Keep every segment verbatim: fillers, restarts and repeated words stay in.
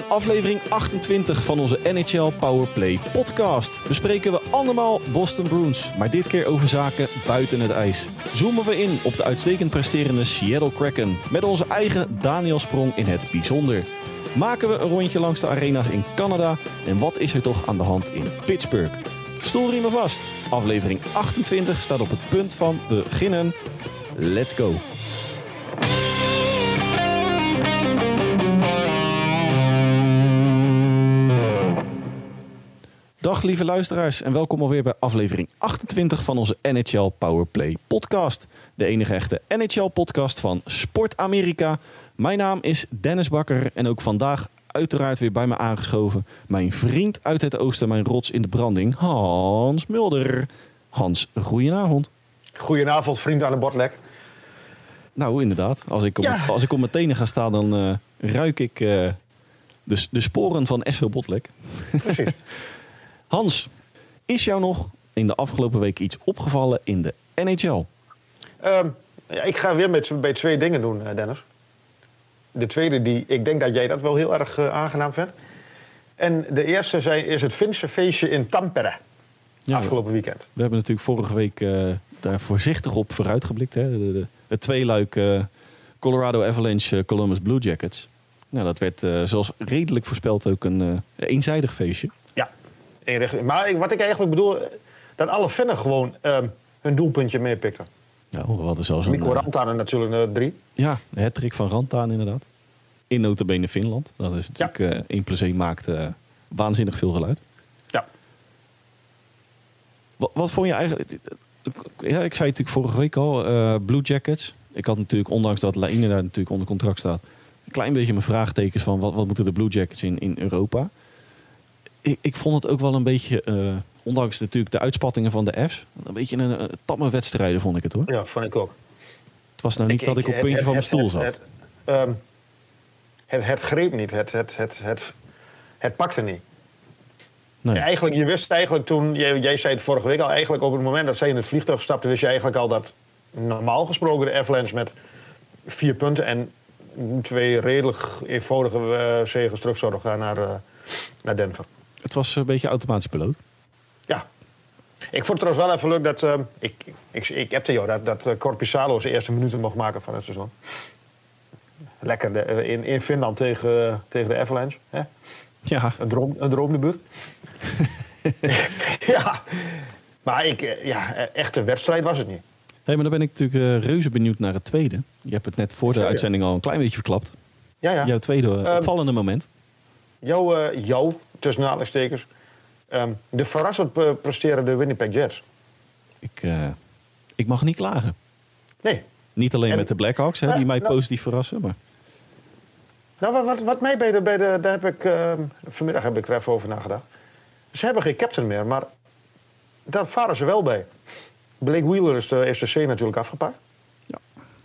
aflevering achtentwintig van onze N H L Powerplay podcast bespreken we allemaal Boston Bruins, maar dit keer over zaken buiten het ijs. Zoomen we in op de uitstekend presterende Seattle Kraken met onze eigen Daniel Sprong in het bijzonder. Maken we een rondje langs de arena's in Canada en wat is er toch aan de hand in Pittsburgh? Stoelriemen vast. Aflevering achtentwintig staat op het punt van beginnen. Let's go! Dag lieve luisteraars en welkom alweer bij aflevering achtentwintig van onze N H L Powerplay podcast. De enige echte N H L podcast van Sport Amerika. Mijn naam is Dennis Bakker en ook vandaag uiteraard weer bij me aangeschoven mijn vriend uit het oosten, mijn rots in de branding, Hans Mulder. Hans, goedenavond. Goedenavond, vriend aan de bordlek. Nou, inderdaad. Als ik op, ja. als ik op mijn tenen ga staan, dan uh, ruik ik uh, de, de sporen van S V Botlek. Precies. Hans, is jou nog in de afgelopen week iets opgevallen in de N H L? Um, ja, ik ga weer met, bij twee dingen doen, Dennis. De tweede, die, ik denk dat jij dat wel heel erg uh, aangenaam vindt. En de eerste zijn, is het Finse feestje in Tampere. Ja, afgelopen weekend. We hebben natuurlijk vorige week uh, daar voorzichtig op vooruitgeblikt. Hè? De, de, het tweeluik uh, Colorado Avalanche uh, Columbus Blue Jackets. Nou, dat werd uh, zoals redelijk voorspeld ook een uh, eenzijdig feestje. Ja, maar ik, wat ik eigenlijk bedoel, dat alle Finnen gewoon uh, hun doelpuntje meepikten. Ja, we hadden zelfs Mikko een... Rantanen natuurlijk uh, drie. Ja, de hattrick van Rantanen inderdaad. In nota bene Finland. Dat is natuurlijk ja. uh, één plus één maakt uh, waanzinnig veel geluid. Ja. Wat, wat vond je eigenlijk... Ja, ik zei het natuurlijk vorige week al, uh, Blue Jackets. Ik had natuurlijk, ondanks dat Laine daar natuurlijk onder contract staat, een klein beetje mijn vraagtekens van wat, wat moeten de Blue Jackets in, in Europa. Ik, ik vond het ook wel een beetje, uh, ondanks natuurlijk de uitspattingen van de F's, een beetje een, een tamme wedstrijden vond ik het hoor. Ja, vond ik ook. Het was nou niet ik, dat ik, ik op het puntje van mijn stoel het, zat. Het, het, um, het, het greep niet, het, het, het, het, het pakte niet. Nee. Ja, eigenlijk, je wist eigenlijk toen, jij, jij zei het vorige week al, eigenlijk op het moment dat zij in het vliegtuig stapte, wist je eigenlijk al dat normaal gesproken de Avalanche met vier punten en twee redelijk eenvoudige uh, zegens terug zouden gaan naar, uh, naar Denver. Het was een beetje automatisch piloot. Ja. Ik vond het trouwens wel even leuk dat, uh, ik, ik, ik appte jou, dat, dat uh, Korpisalo zijn eerste minuten mocht maken van het seizoen. Lekker de, uh, in, in Finland tegen, uh, tegen de Avalanche. Hè? Ja. Een, droom, een droomdebuut. Ja, maar ik, ja, echte wedstrijd was het niet. Hey, maar dan ben ik natuurlijk uh, reuze benieuwd naar het tweede. Je hebt het net voor de ja, uitzending al een klein beetje verklapt. Ja, ja. Jouw tweede uh, opvallende um, moment. Jouw, uh, jou, tussen aanhalingstekens, um, de verrassend uh, presterende Winnipeg Jets. Ik, uh, ik mag niet klagen. Nee. Niet alleen en, met de Blackhawks, hè, ja, die mij nou, positief verrassen, maar... Nou, wat, wat, wat mij bij de, bij de... Daar heb ik... Uh, vanmiddag heb ik er even over nagedacht. Ze hebben geen captain meer, maar daar varen ze wel bij. Blake Wheeler is de, is de C natuurlijk afgepakt. Ja.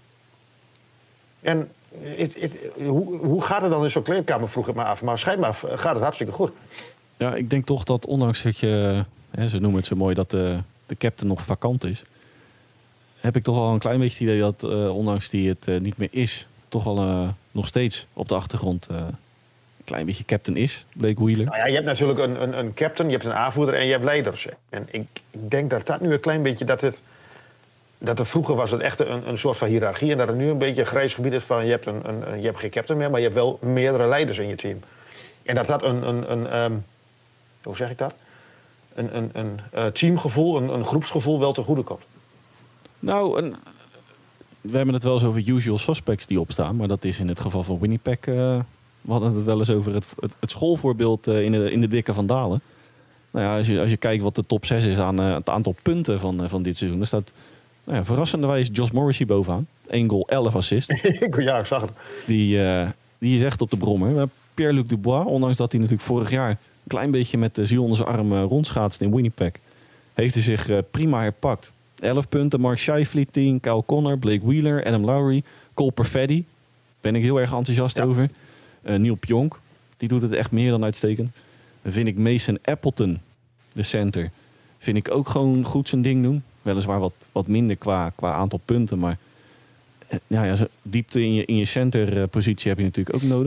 En it, it, hoe, hoe gaat het dan in zo'n kleedkamer, vroeg ik me af. Maar schijnbaar gaat het hartstikke goed. Ja, ik denk toch dat ondanks dat je... Hè, ze noemen het zo mooi dat de, de captain nog vakant is. Heb ik toch al een klein beetje het idee dat, uh, ondanks die het uh, niet meer is, toch al uh, nog steeds op de achtergrond uh, een klein beetje captain is, Blake Wheeler. Nou ja, je hebt natuurlijk een, een, een captain, je hebt een aanvoerder en je hebt leiders. En ik, ik denk dat dat nu een klein beetje, dat het, dat er vroeger was het echt een, een soort van hiërarchie en dat het nu een beetje een grijs gebied is van je hebt, een, een, je hebt geen captain meer, maar je hebt wel meerdere leiders in je team. En dat dat een, een, een um, hoe zeg ik dat? Een, een, een uh, teamgevoel, een, een groepsgevoel wel te goede komt. Nou, een, we hebben het wel eens over usual suspects die opstaan, maar dat is in het geval van Winnipeg... Uh, we hadden het wel eens over het, het, het schoolvoorbeeld uh, in, de, in de dikke van Dalen. Nou ja, als je, als je kijkt wat de top zes is aan uh, het aantal punten van, uh, van dit seizoen, dan staat nou ja, verrassenderwijs Josh Morrissey bovenaan. Eén goal, elf assist. Ja, ik zag het. Die, uh, die is echt op de brommer. Pierre-Luc Dubois, ondanks dat hij natuurlijk vorig jaar een klein beetje met de ziel onder zijn arm uh, rondschaatst in Winnipeg, heeft hij zich uh, prima herpakt. elf punten, Mark Scheifele tien, Kyle Connor, Blake Wheeler, Adam Lowry, Cole Perfetti. Ben ik heel erg enthousiast ja. over. Uh, Neil Pionk, die doet het echt meer dan uitstekend. Dan vind ik Mason Appleton, de center, vind ik ook gewoon goed zijn ding doen. Weliswaar wat, wat minder qua, qua aantal punten, maar uh, ja, ja, diepte in je, in je centerpositie heb je natuurlijk ook nodig.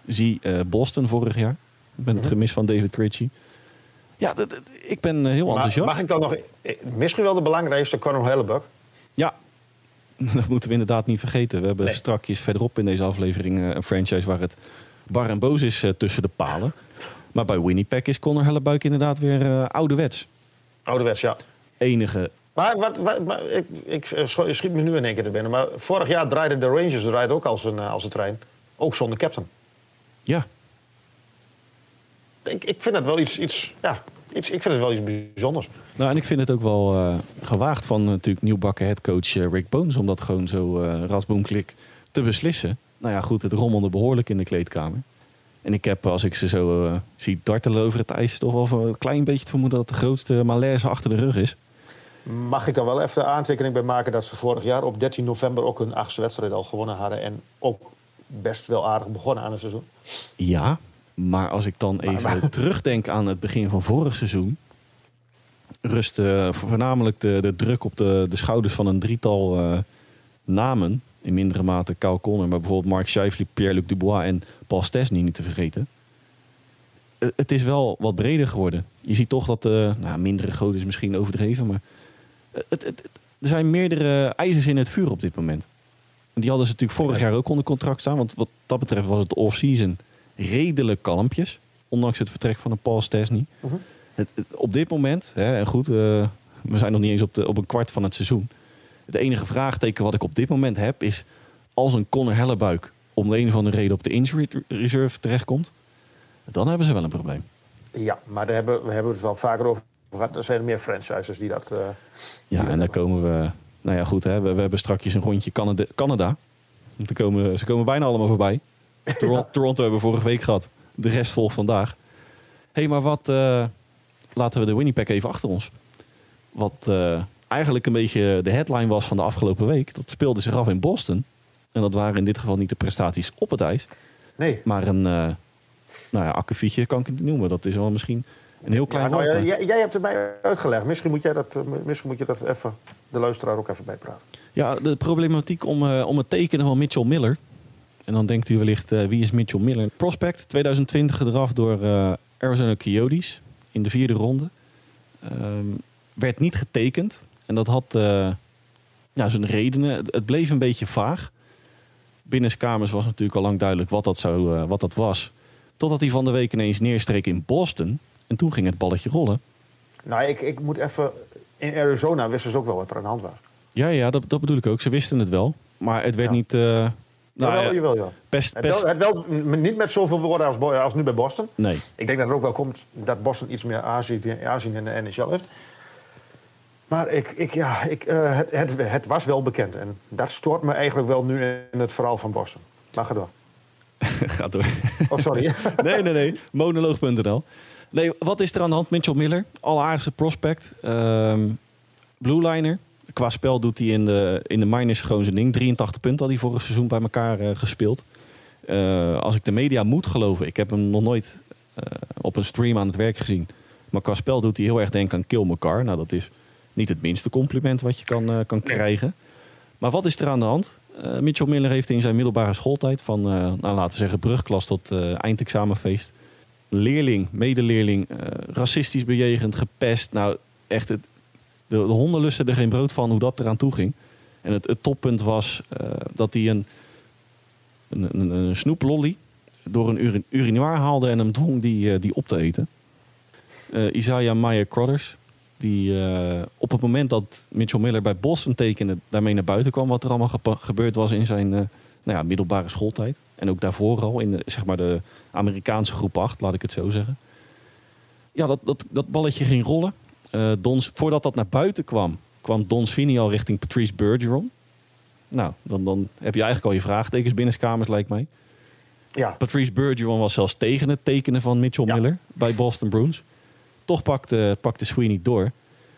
Zie uh, Boston vorig jaar. Met het gemis van David Krejci. Ja, d- d- ik ben uh, heel maar, enthousiast. Mag ik dan nog... Misschien wel de belangrijkste, Connor Hellebuyck. Ja, dat moeten we inderdaad niet vergeten. We hebben nee. strakjes verderop in deze aflevering uh, een franchise waar het bar en boos is uh, tussen de palen. Maar bij Winnipeg is Connor Hellebuyck inderdaad weer uh, ouderwets. Ouderwets, ja. Enige... Maar, wat, wat, maar ik, ik schiet me nu in één keer te binnen. Maar vorig jaar draaiden de Rangers draaiden ook als een, als een trein. Ook zonder captain. Ja. Ik, ik vind het wel iets, iets, ja, iets, ik vind het wel iets bijzonders. Nou, en ik vind het ook wel uh, gewaagd van uh, natuurlijk nieuwbakken headcoach uh, Rick Bones om dat gewoon zo uh, rasboomklik te beslissen. Nou ja, goed, het rommelde behoorlijk in de kleedkamer. En ik heb, als ik ze zo uh, zie dartelen over het ijs, toch wel een klein beetje het vermoeden dat de grootste malaise achter de rug is. Mag ik dan wel even de aantekening bij maken dat ze vorig jaar op dertien november ook hun achtste wedstrijd al gewonnen hadden. En ook best wel aardig begonnen aan het seizoen. Ja, maar als ik dan even maar, maar... terugdenk aan het begin van vorig seizoen. Rustte voornamelijk de, de druk op de, de schouders van een drietal uh, namen. In mindere mate Kyle Connor, maar bijvoorbeeld Mark Scheifele, Pierre-Luc Dubois en Paul Stastny niet te vergeten. Uh, het is wel wat breder geworden. Je ziet toch dat de uh, nou, mindere goden is misschien overdreven, maar uh, het, het, het, er zijn meerdere ijzers in het vuur op dit moment. En die hadden ze natuurlijk vorig jaar ook onder contract staan, want wat dat betreft was het off-season redelijk kalmpjes, ondanks het vertrek van een Paul Stastny. Uh-huh. Het, het, op dit moment, hè, en goed, uh, we zijn nog niet eens op, de, op een kwart van het seizoen. Het enige vraagteken wat ik op dit moment heb is, als een Connor Hellebuyck om de een of andere reden op de injury reserve terechtkomt, dan hebben ze wel een probleem. Ja, maar daar hebben, we hebben het wel vaker over gehad. Er zijn meer franchises die dat... Uh, ja, die en daar komen we... Nou ja, goed, hè, we, we hebben strakjes een rondje Canada. Canada. Komen, ze komen bijna allemaal voorbij. Toronto, ja. Toronto hebben we vorige week gehad. De rest volgt vandaag. Hé, hey, maar wat... Uh, laten we de Winnipeg even achter ons. Wat uh, eigenlijk een beetje de headline was van de afgelopen week. Dat speelde zich af in Boston. En dat waren in dit geval niet de prestaties op het ijs. Nee. Maar een... Uh, nou ja, akkefietje kan ik het niet noemen. Dat is wel misschien een heel klein ja, nou, woord. Jij, jij hebt het mij uitgelegd. Misschien moet jij dat, misschien moet je dat even, de luisteraar ook even bijpraten. Ja, de problematiek om, uh, om het tekenen van Mitchell Miller. En dan denkt u wellicht, uh, wie is Mitchell Miller? Prospect, twintig twintig gedraft door uh, Arizona Coyotes in de vierde ronde. Um, werd niet getekend. En dat had uh, ja, zijn redenen. Het, het bleef een beetje vaag. Binnenskamers was natuurlijk al lang duidelijk wat dat, zou, uh, wat dat was. Totdat hij van de week ineens neerstreek in Boston. En toen ging het balletje rollen. Nou, ik, ik moet even... In Arizona wisten ze ook wel wat er aan de hand was. Ja, ja dat, dat bedoel ik ook. Ze wisten het wel. Maar het werd ja. niet... Uh, nou, jawel, jawel, ja. Best, het, best... wel, het wel niet met zoveel woorden als, als nu bij Boston. Nee. Ik denk dat het ook wel komt dat Boston iets meer aanzien in de N H L heeft. Maar ik, ik, ja, ik, uh, het, het, het was wel bekend. En dat stoort me eigenlijk wel nu in het verhaal van Boston. Maar ga door. Ga door. Oh, sorry. nee, nee, nee. Monoloog punt n l. Nee, wat is er aan de hand? Mitchell Miller, allaardigste prospect. Um, Blue Liner. Qua spel doet hij in de, in de minors gewoon zijn ding. drieëntachtig punten had hij vorig seizoen bij elkaar uh, gespeeld. Uh, als ik de media moet geloven. Ik heb hem nog nooit uh, op een stream aan het werk gezien. Maar qua spel doet hij heel erg denken aan Kill McCarr. Nou, dat is niet het minste compliment wat je kan, uh, kan krijgen. Maar wat is er aan de hand? Uh, Mitchell Miller heeft in zijn middelbare schooltijd... van, uh, nou, laten we zeggen, brugklas tot uh, eindexamenfeest... leerling, medeleerling, uh, racistisch bejegend, gepest. Nou, echt, het, de, de honden lusten er geen brood van hoe dat eraan toe ging. En het, het toppunt was uh, dat hij een, een, een, een snoeplolly door een uri, urinoir haalde... en hem dwong die, uh, die op te eten. Uh, Isaiah Meyer Crothers... die uh, op het moment dat Mitchell Miller bij Boston tekende... daarmee naar buiten kwam wat er allemaal ge- gebeurd was in zijn uh, nou ja, middelbare schooltijd. En ook daarvoor al in de, zeg maar de Amerikaanse groep acht, laat ik het zo zeggen. Ja, dat, dat, dat balletje ging rollen. Uh, Don, voordat dat naar buiten kwam, kwam Don Sweeney al richting Patrice Bergeron. Nou, dan, dan heb je eigenlijk al je vraagtekens binnenskamers, lijkt mij. Ja. Patrice Bergeron was zelfs tegen het tekenen van Mitchell ja. Miller bij Boston Bruins. Toch pakte, pakte Sweeney door.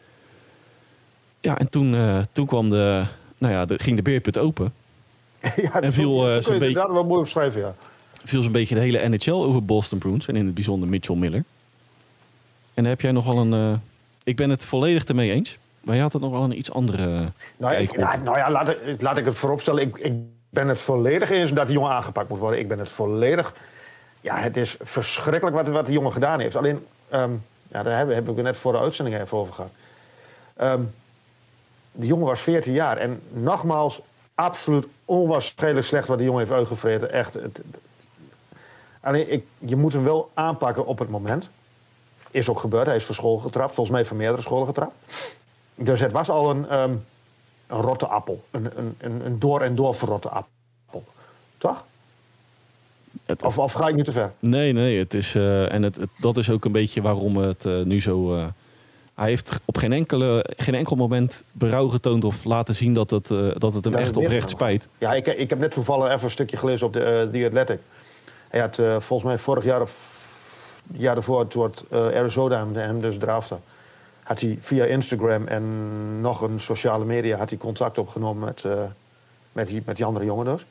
Ja, en toen, uh, toen kwam de, nou ja, de, ging de beerput open. Ja, en viel uh, zo'n beetje, wel mooi omschrijven, ja. viel zo'n beetje de hele N H L over Boston Bruins. En in het bijzonder Mitchell Miller. En daar heb jij nogal een... Uh, ik ben het volledig ermee eens. Maar je had het nog wel een iets andere uh, nou, kijk ik, ja, nou ja, laat, laat ik het vooropstellen. Ik, ik ben het volledig eens dat die jongen aangepakt moet worden. Ik ben het volledig ja, het is verschrikkelijk wat, wat de jongen gedaan heeft. Alleen, um, ja, daar hebben, hebben we het net voor de uitzending even over gehad. Um, de jongen was veertien jaar. En nogmaals, absoluut onwaarschijnlijk slecht wat die jongen heeft uitgevreten. Echt. Het, het, alleen, ik, je moet hem wel aanpakken op het moment. Is ook gebeurd. Hij is van school getrapt. Volgens mij van meerdere scholen getrapt. Dus het was al een, um, een rotte appel. Een, een, een, een door en door verrotte appel. Toch? Het, of, of ga ik nu te ver? Nee, nee. Het is, uh, en het, het, dat is ook een beetje waarom het uh, nu zo... Uh, hij heeft op geen, enkele, geen enkel moment berouw getoond of laten zien dat het, uh, dat het hem dat echt het oprecht spijt. Ja, ik, ik heb net toevallig even een stukje gelezen op de uh, The Athletic. Hij had uh, volgens mij vorig jaar of jaar ervoor, toen het, uh, Arizona hem dus drafte, had hij via Instagram en nog een sociale media had hij contact opgenomen met, uh, met, die, met die andere jongen dus.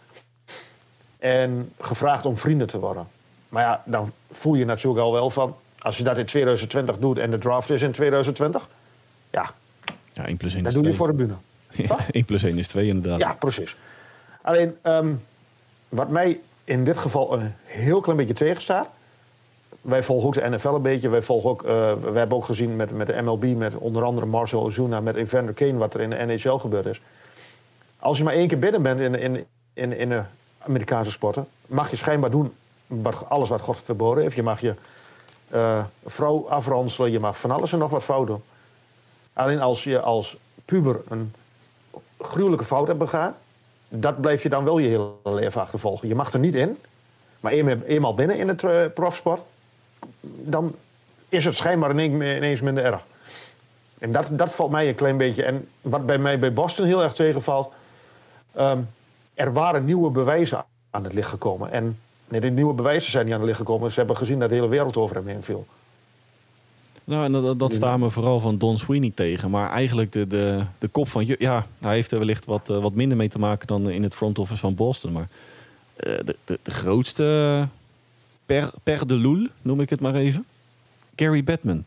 En gevraagd om vrienden te worden. Maar ja, dan voel je natuurlijk al wel van, als je dat in twintig twintig doet en de draft is in twintig twintig, ja, ja één plus één dat is doe twee. je voor de bühne. Ja, één plus één is twee inderdaad. Ja, precies. Alleen, um, wat mij in dit geval een heel klein beetje tegenstaat, wij volgen ook de N F L een beetje. Wij volgen ook, uh, we hebben ook gezien met, met de M L B, met onder andere Marcell Ozuna, met Evander Kane, wat er in de N H L gebeurd is. Als je maar één keer binnen bent in, in, in, in de Amerikaanse sporten, mag je schijnbaar doen wat, alles wat God verboden heeft. Je mag je uh, vrouw afranselen, je mag van alles en nog wat fout doen. Alleen als je als puber een gruwelijke fout hebt begaan, dat blijf je dan wel je hele leven achtervolgen. Je mag er niet in, maar eenmaal binnen in het uh, profsport, dan is het schijnbaar ineens minder erg. En dat, dat valt mij een klein beetje. En wat bij mij bij Boston heel erg tegenvalt, um, er waren nieuwe bewijzen aan het licht gekomen. En nee, die nieuwe bewijzen zijn niet aan het licht gekomen. Ze hebben gezien dat de hele wereld over hem heen viel. Nou, en dat, dat staan we vooral van Don Sweeney tegen. Maar eigenlijk de, de, de kop van... Ja, hij heeft er wellicht wat, uh, wat minder mee te maken dan in het front office van Boston. Maar uh, de, de, de grootste per, per de loel, noem ik het maar even. Gary Bettman.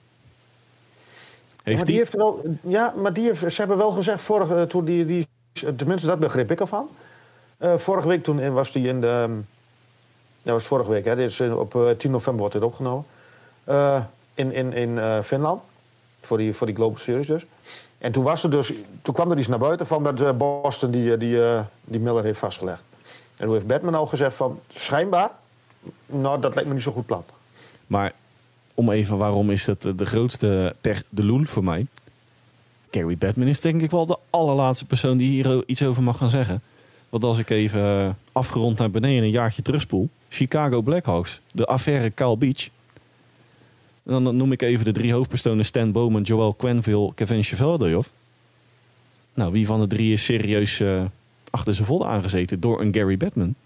Heeft ja, maar die heeft wel, ja, maar die heeft, ze hebben wel gezegd, vorige, toen die, die, tenminste dat begreep ik ervan. Uh, vorige week toen was die in de... Dat was vorige week, hè, dit is op uh, tien november wordt dit opgenomen. Uh, in in, in uh, Finland, voor die, voor die Global Series dus. En toen, was er dus, toen kwam er iets naar buiten van dat uh, Boston die, die, uh, die Miller heeft vastgelegd. En toen heeft Bettman al gezegd van, schijnbaar, nou dat lijkt me niet zo goed plan. Maar om even, waarom is dat de grootste per de loel voor mij? Gary Bettman is denk ik wel de allerlaatste persoon die hier iets over mag gaan zeggen. Want als ik even afgerond naar beneden een jaartje terugspoel. Chicago Blackhawks, de affaire Kyle Beach. Dan noem ik even de drie hoofdpersonen Stan Bowman, Joel Quenneville, Kevin Cheveldayoff. Nou, wie van de drie is serieus uh, achter zijn volle aangezeten door een Gary Bettman?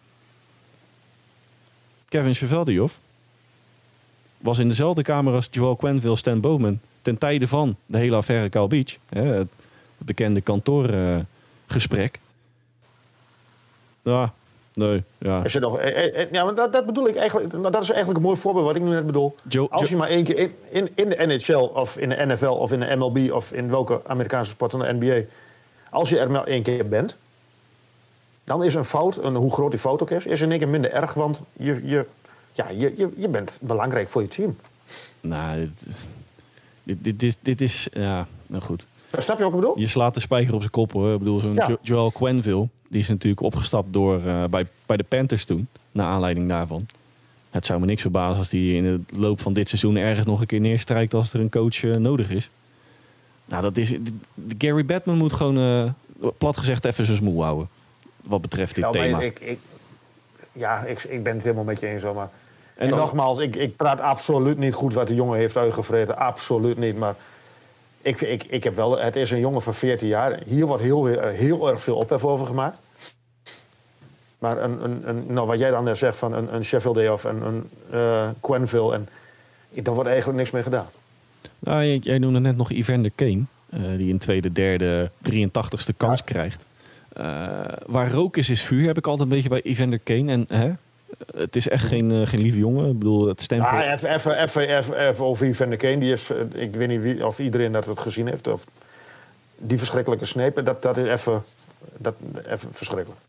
Kevin Cheveldayoff was in dezelfde kamer als Joel Quenneville, Stan Bowman ten tijde van de hele affaire Kyle Beach. Hè, het bekende kantoorgesprek. Uh, ja, nee, ja. Als je nog, eh, eh, ja, maar dat, dat bedoel ik eigenlijk. Dat is eigenlijk een mooi voorbeeld wat ik nu net bedoel. Joe, Als Joe, je maar één keer in, in, in de N H L of in de N F L of in de M L B of in welke Amerikaanse sport dan de N B A, als je er maar één keer bent, dan is een fout, een, hoe groot die fout ook is, is in één keer minder erg, want je, je, ja, je, je, je bent belangrijk voor je team. Nou, dit, dit, dit, dit is, ja, nou goed. Snap je wat ik bedoel? Je slaat de spijker op zijn kop, hoor. Ik bedoel, zo'n ja. jo- Joel Quenneville, die is natuurlijk opgestapt door, uh, bij, bij de Panthers toen, naar aanleiding daarvan. Het zou me niks verbazen als die in de loop van dit seizoen ergens nog een keer neerstrijkt als er een coach uh, nodig is. Nou, dat is, Gary Bettman moet gewoon, uh, plat gezegd, even zijn smoel houden. Wat betreft dit nou, thema. Ik, ik, ja, ik, ik ben het helemaal met je eens, hoor, maar... En, en dan, nogmaals, ik, ik praat absoluut niet goed wat de jongen heeft uitgevreten. Absoluut niet, maar... Ik, ik, ik heb wel, het is een jongen van veertien jaar. Hier wordt heel, heel erg veel ophef over gemaakt. Maar een, een, een, nou, wat jij dan net zegt van een, een Cheveldayoff en een uh, Quenneville... En, daar wordt eigenlijk niks mee gedaan. Nou, jij, jij noemde net nog Evander Kane. Uh, die een tweede, derde, drieëntachtigste kans ja. krijgt. Uh, waar rook is, is vuur, heb ik altijd een beetje bij Evander Kane. En hè, het is echt geen, uh, geen lieve jongen. Ik bedoel, het stempel... Ah, even, even, even, even, even over Evander Kane. Die is, ik weet niet wie, of iedereen dat het gezien heeft. Of die verschrikkelijke snepen, dat, dat is even, dat, even verschrikkelijk. Ja,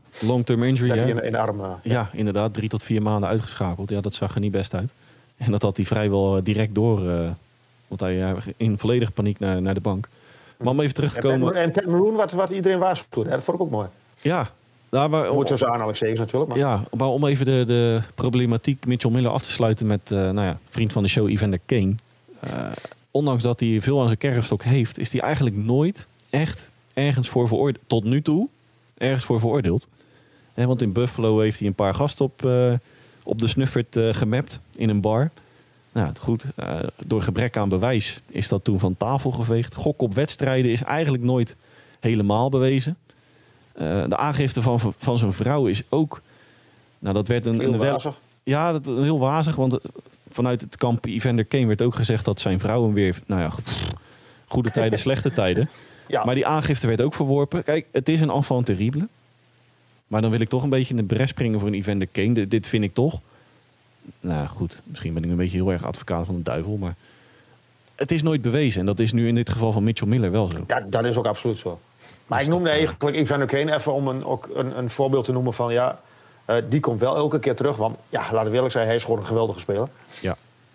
long-term injury. Dat hè? hij in, in de arm... Uh, ja. ja, inderdaad. Drie tot vier maanden uitgeschakeld. Ja, dat zag er niet best uit. En dat had hij vrijwel direct door. Uh, want hij uh, in volledige paniek naar, naar de bank. Maar om even terug te komen... En Pat Maroon, wat, wat iedereen waarschuwt. Dat vond ik ook mooi. Ja. Nou, maar, moet tussen aanhalingstekens natuurlijk. Maar. Ja, maar om even de, de problematiek Mitchell Miller af te sluiten met uh, nou ja, vriend van de show Evander Kane. Uh, ondanks dat hij veel aan zijn kerfstok heeft, is hij eigenlijk nooit echt ergens voor veroordeeld. Tot nu toe ergens voor veroordeeld. He, want in Buffalo heeft hij een paar gasten op, uh, op de snuffert uh, gemapt in een bar. Nou goed, uh, door gebrek aan bewijs is dat toen van tafel geveegd. Gok op wedstrijden is eigenlijk nooit helemaal bewezen. Uh, de aangifte van, van zijn vrouw is ook... Nou, dat werd een... Heel een wazig. Ja, dat, heel wazig. Want vanuit het kamp Evander Kane werd ook gezegd dat zijn vrouw hem weer... Nou ja, pff, goede tijden, slechte tijden. Ja. Maar die aangifte werd ook verworpen. Kijk, het is een enfant terrible. Maar dan wil ik toch een beetje in de bres springen voor een Evander Kane. D- dit vind ik toch... Nou goed, misschien ben ik een beetje heel erg advocaat van de duivel. Maar het is nooit bewezen. En dat is nu in dit geval van Mitchell Miller wel zo. Ja, dat is ook absoluut zo. Maar ik noemde eigenlijk Evander Kane even om een, ook een, een voorbeeld te noemen van... ja, uh, die komt wel elke keer terug. Want ja, laten we eerlijk zijn, hij is gewoon een geweldige speler. Ja.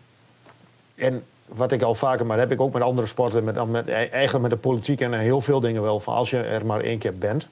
En wat ik al vaker, maar dat heb ik ook met andere sporten... Met, met, eigenlijk met de politiek en heel veel dingen wel... van als je er maar één keer bent...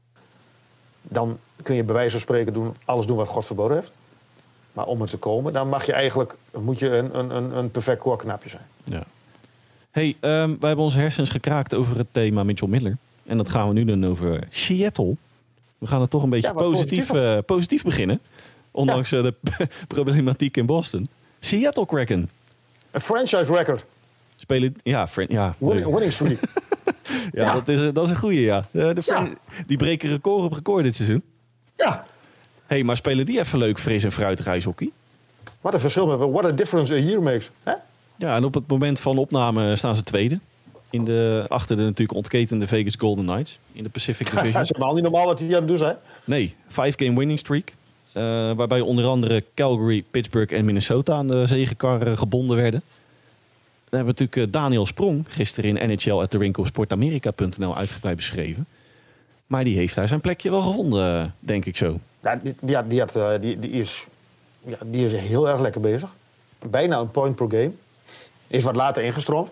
dan kun je bij wijze van spreken doen, alles doen wat God verboden heeft. Maar om er te komen, dan mag je eigenlijk... moet je een, een, een perfect koorknapje zijn. Ja. Hey, um, wij hebben onze hersens gekraakt over het thema Mitchell Miller... En dat gaan we nu doen over Seattle. We gaan het toch een beetje ja, positief, positief, uh, positief beginnen. Ondanks ja. uh, de problematiek in Boston. Seattle Kraken. Een franchise record. Spelen, ja, fran- ja winning, winning streak. ja, ja. Dat, is, dat is een goeie, ja. De, de fran- ja. Die breken record op record dit seizoen. Ja. Hey, maar spelen die even leuk, fris en fruitig ijshockey? Wat een verschil met what a difference a year makes. Hè? Ja, en op het moment van opname staan ze tweede. In de, achter de natuurlijk ontketende Vegas Golden Knights in de Pacific Division. Dat is helemaal niet normaal wat die aan het doen zijn. Nee, five-game winning streak. Uh, waarbij onder andere Calgary, Pittsburgh en Minnesota aan de zegenkar uh, gebonden werden. Dan hebben we natuurlijk uh, Daniel Sprong gisteren in N H L at the rink op sportamerika punt n l uitgebreid beschreven. Maar die heeft daar zijn plekje wel gevonden, uh, denk ik zo. Ja, die, die, die, had, uh, die, die, is, ja, die is heel erg lekker bezig. Bijna een point per game. Is wat later ingestroomd.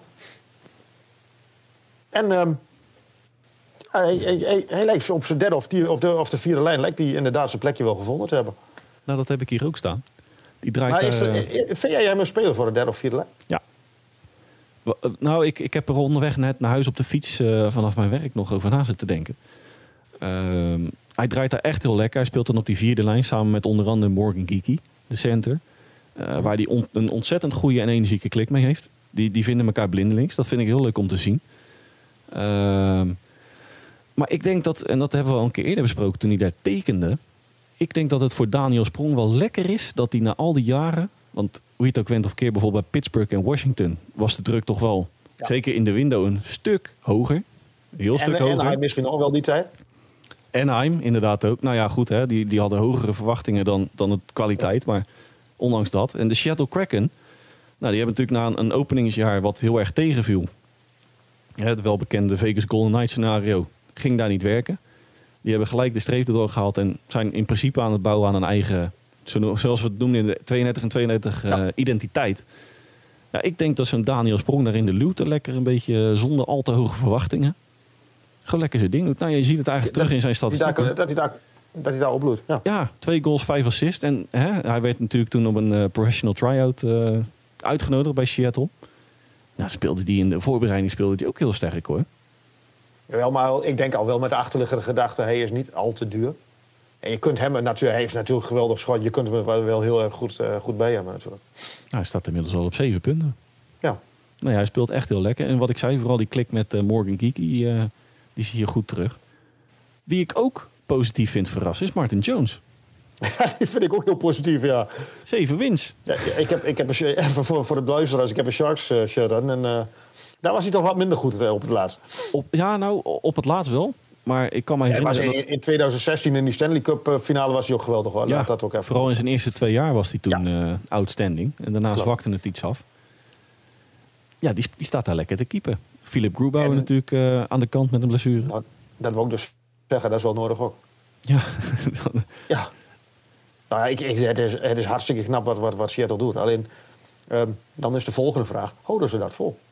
En um, hij, hij, hij, hij lijkt op zijn derde of, die, of, de, of de vierde lijn... lijkt hij inderdaad zijn plekje wel gevonden te hebben. Nou, dat heb ik hier ook staan. Die draait maar is, daar, uh, vind jij hem een speler voor de derde of vierde lijn? Ja. Nou, ik, ik heb er onderweg net naar huis op de fiets... Uh, vanaf mijn werk nog over na zitten denken. Uh, hij draait daar echt heel lekker. Hij speelt dan op die vierde lijn... samen met onder andere Morgan Geekie, de center. Uh, waar hij on, een ontzettend goede en energieke klik mee heeft. Die, die vinden elkaar blindelings. Dat vind ik heel leuk om te zien. Uh, maar ik denk dat, en dat hebben we al een keer eerder besproken toen hij daar tekende. Ik denk dat het voor Daniel Sprong wel lekker is dat hij na al die jaren, want hoe je het ook went of keer bijvoorbeeld bij Pittsburgh en Washington, was de druk toch wel, ja. zeker in de window, een stuk hoger. Heel stuk en, hoger. En hij misschien nog wel die tijd. Anaheim inderdaad ook. Nou ja, goed, hè, die, die hadden hogere verwachtingen dan, dan het kwaliteit, ja. Maar ondanks dat. En de Seattle Kraken, nou, die hebben natuurlijk na een, een openingsjaar wat heel erg tegenviel. Het welbekende Vegas Golden Knights scenario ging daar niet werken. Die hebben gelijk de streep erdoor gehaald en zijn in principe aan het bouwen aan een eigen, zoals we het noemen in de tweeëndertig en tweeëndertig ja. uh, identiteit. Ja, ik denk dat zo'n Daniel Sprong daar in de luwte lekker een beetje zonder al te hoge verwachtingen gewoon lekker zijn ding doet. Nou, je ziet het eigenlijk terug in zijn statistieken. Dat hij daar, dat hij daar opbloeit. Ja. ja, twee goals, vijf assists. En hè, hij werd natuurlijk toen op een uh, professional tryout uh, uitgenodigd bij Seattle. Nou, speelde die in de voorbereiding speelde die ook heel sterk, hoor. Jawel, maar ik denk al wel met de achterliggende gedachte, hij is niet al te duur. En je kunt hem natuurlijk, hij heeft natuurlijk een geweldig schot. Je kunt hem wel heel erg goed, uh, goed bij hebben natuurlijk. Nou, hij staat inmiddels al op zeven punten. Ja. Nou ja, hij speelt echt heel lekker. En wat ik zei, vooral die klik met uh, Morgan Geekie, uh, die zie je goed terug. Wie ik ook positief vind verrassen is Martin Jones. Ja, die vind ik ook heel positief, ja. Zeven wins. Ja, ik heb, ik heb een, even voor, voor de luisteraars, ik heb een Sharks uh, shirt aan. En uh, daar was hij toch wat minder goed op het laatst. Op, ja, nou, op het laatst wel. Maar ik kan me herinneren... Ja, in, in twintig zestien in die Stanley Cup uh, finale was hij ook geweldig, hoor. Ja, Laat dat ook even vooral in zijn eerste twee jaar was hij toen ja. uh, outstanding. En daarna Klopt. zwakte het iets af. Ja, die, die staat daar lekker te keepen. Philip Grubauer en, natuurlijk uh, aan de kant met een blessure. Nou, dat wil ik dus zeggen, dat is wel nodig ook. Ja. ja. Nou ja, ik, ik, het, is, het is hartstikke knap wat, wat, wat Seattle doet. Alleen, um, dan is de volgende vraag. Houden ze dat vol?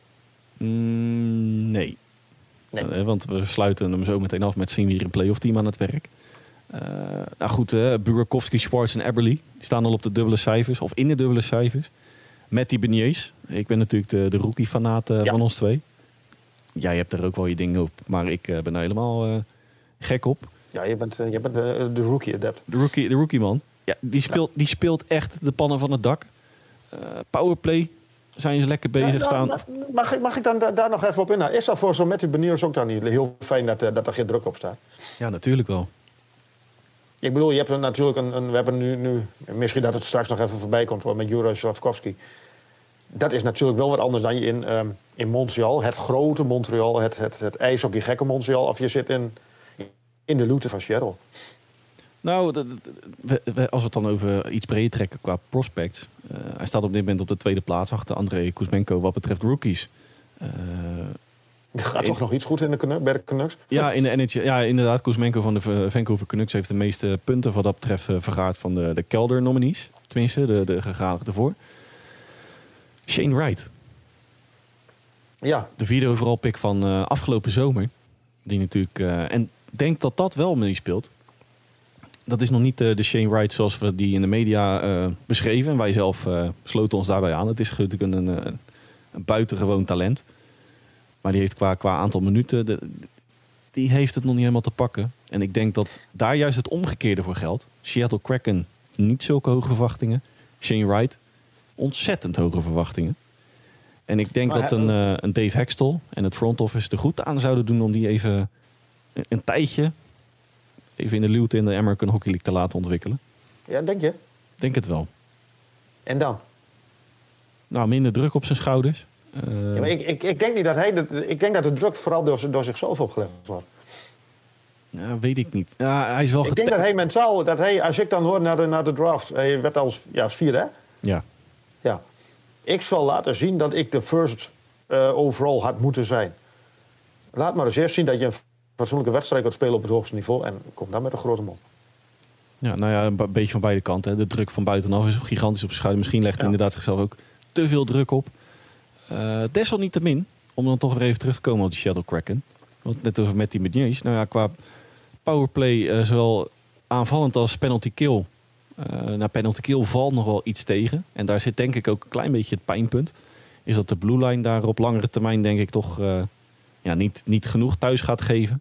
Mm, nee. nee. Uh, want we sluiten hem zo meteen af met zien we hier een playoff team aan het werk. Uh, nou goed, uh, Burakovsky, Schwartz en Eberle. Die staan al op de dubbele cijfers. Of in de dubbele cijfers. Met die Beniers. Ik ben natuurlijk de, de rookie-fanaat uh, ja. van ons twee. Jij hebt er ook wel je dingen op. Maar ik uh, ben er helemaal uh, gek op. Ja, je bent, uh, je bent uh, de rookie-adept. De rookie, de rookie man. Ja, die, speelt, ja. die speelt echt de pannen van het dak. Uh, powerplay zijn ze lekker bezig ja, staan. Nou, mag, ik, mag ik dan da, daar nog even op in? Nou, is dat voor zo'n Matthew Beniers ook dan niet heel fijn dat, uh, dat er geen druk op staat? Ja, natuurlijk wel. Ik bedoel, je hebt natuurlijk een, een... We hebben nu, nu... Misschien dat het straks nog even voorbij komt met Juraj Slafkovský. Dat is natuurlijk wel wat anders dan je in, um, in Montreal. Het grote Montreal, het, het, het ijshockey gekke Montreal. Of je zit in, in de looten van Seattle. Nou, dat, we, we, als we het dan over iets breder trekken qua prospects. Uh, hij staat op dit moment op de tweede plaats achter Andrei Kuzmenko wat betreft rookies. Uh, Er gaat toch nog iets goed in de Canucks, bij de Canucks? Ja, in de N H L, ja, inderdaad. Kuzmenko van de Vancouver Canucks heeft de meeste punten wat dat betreft uh, vergaard van de, de Calder-nominees. Tenminste, de, de gegadigden ervoor. Shane Wright. Ja. De vierde overall pick van uh, afgelopen zomer. Die natuurlijk... Uh, en denk dat dat wel meespeelt. Dat is nog niet uh, de Shane Wright zoals we die in de media uh, beschreven. Wij zelf uh, sloten ons daarbij aan. Het is natuurlijk een, een, een buitengewoon talent. Maar die heeft qua, qua aantal minuten... De, die heeft het nog niet helemaal te pakken. En ik denk dat daar juist het omgekeerde voor geldt. Seattle Kraken niet zulke hoge verwachtingen. Shane Wright ontzettend hoge verwachtingen. En ik denk maar dat een, uh, een Dave Hextall en het front office er goed aan zouden doen... om die even een, een tijdje... even in de luwte in de American Hockey League te laten ontwikkelen. Ja, denk je? Denk het wel. En dan? Nou, minder druk op zijn schouders. Uh... Ja, maar ik, ik, ik denk niet dat hij... De, ik denk dat de druk vooral door, door zichzelf opgelegd wordt. Ja, weet ik niet. Ja, hij is wel ik denk dat hij mentaal... Dat hij, als ik dan hoor naar de, naar de draft... Hij werd als, ja, als vierde, hè? Ja. Ja. Ik zal laten zien dat ik de first uh, overall had moeten zijn. Laat maar eens eerst zien dat je een fatsoenlijke wedstrijd kunt spelen op het hoogste niveau. En kom dan met een grote mond. Ja, nou ja, een beetje van beide kanten. De druk van buitenaf is gigantisch op zijn schouder. Misschien legt hij ja. inderdaad zichzelf ook te veel druk op. Uh, desalniettemin, om dan toch weer even terug te komen op die Seattle Kraken. Want net over met die Beniers. Nou ja, qua powerplay, uh, zowel aanvallend als penalty kill. Uh, nou, penalty kill valt nog wel iets tegen. En daar zit denk ik ook een klein beetje het pijnpunt. Is dat de blue line daar op langere termijn denk ik toch uh, ja, niet, niet genoeg thuis gaat geven.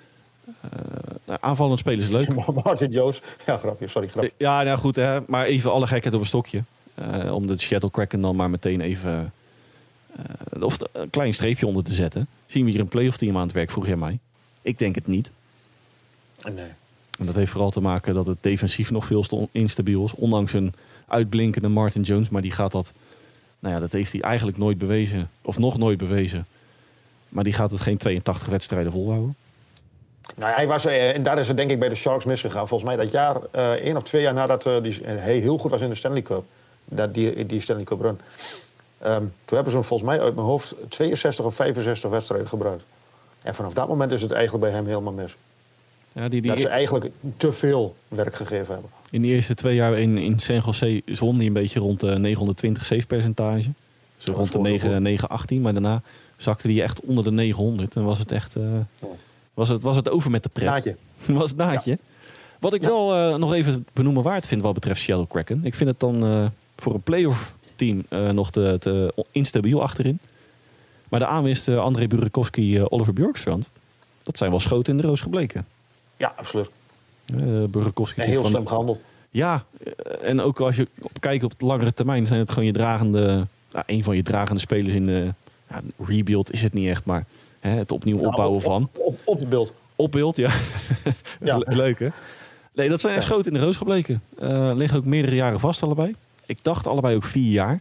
Uh, aanvallend spelen is leuk. Martin Joos. Ja, grapje. Sorry. grapje. Ja, nou goed. Hè, maar even alle gekheid op een stokje. Uh, om de Seattle Kraken dan maar meteen even... Uh, of een klein streepje onder te zetten. Zien we hier een playoff team aan het werk, vroeg jij mij. Ik denk het niet. Nee. En dat heeft vooral te maken dat het defensief nog veel te instabiel is. Ondanks een uitblinkende Martin Jones. Maar die gaat dat... Nou ja, dat heeft hij eigenlijk nooit bewezen. Of nog nooit bewezen. Maar die gaat het geen tweeëntachtig wedstrijden volhouden. Nou, hij was, en daar is het denk ik bij de Sharks misgegaan. Volgens mij dat jaar, uh, één of twee jaar nadat uh, die, hij heel goed was in de Stanley Cup. Dat die, die Stanley Cup run. Um, toen hebben ze hem volgens mij uit mijn hoofd tweeënzestig of vijfenzestig wedstrijden gebruikt. En vanaf dat moment is het eigenlijk bij hem helemaal mis. Ja, die, die dat ze eigenlijk te veel werk gegeven hebben. In de eerste twee jaar in, in San Jose zwom hij een beetje rond de negenhonderdtwintig save percentage. Zo rond de negen achttien. Maar daarna zakte hij echt onder de negenhonderd. En was het echt... Uh, ja. was, het, was het over met de pret. Naadje. was het naadje. Ja. Wat ik ja. wel uh, nog even benoemen waard vind wat betreft Seattle Kraken. Ik vind het dan uh, voor een playoff team uh, nog te, te instabiel achterin. Maar de aanwinst uh, Andrei Burakovsky, uh, Oliver Bjorkstrand... dat zijn wel schoten in de roos gebleken. Ja, absoluut. Uh, Burakovsky en heel van, slim gehandeld. Ja, uh, en ook als je op, kijkt op de langere termijn... zijn het gewoon je dragende... Uh, een van je dragende spelers in de... Uh, rebuild is het niet echt, maar hè, het opnieuw ja, opbouwen op, van. Op, op, op de beeld. Op beeld, ja. ja. Leuk, hè? Nee, dat zijn ja. schoten in de roos gebleken. Uh, liggen ook meerdere jaren vast allebei. Ik dacht allebei ook vier jaar.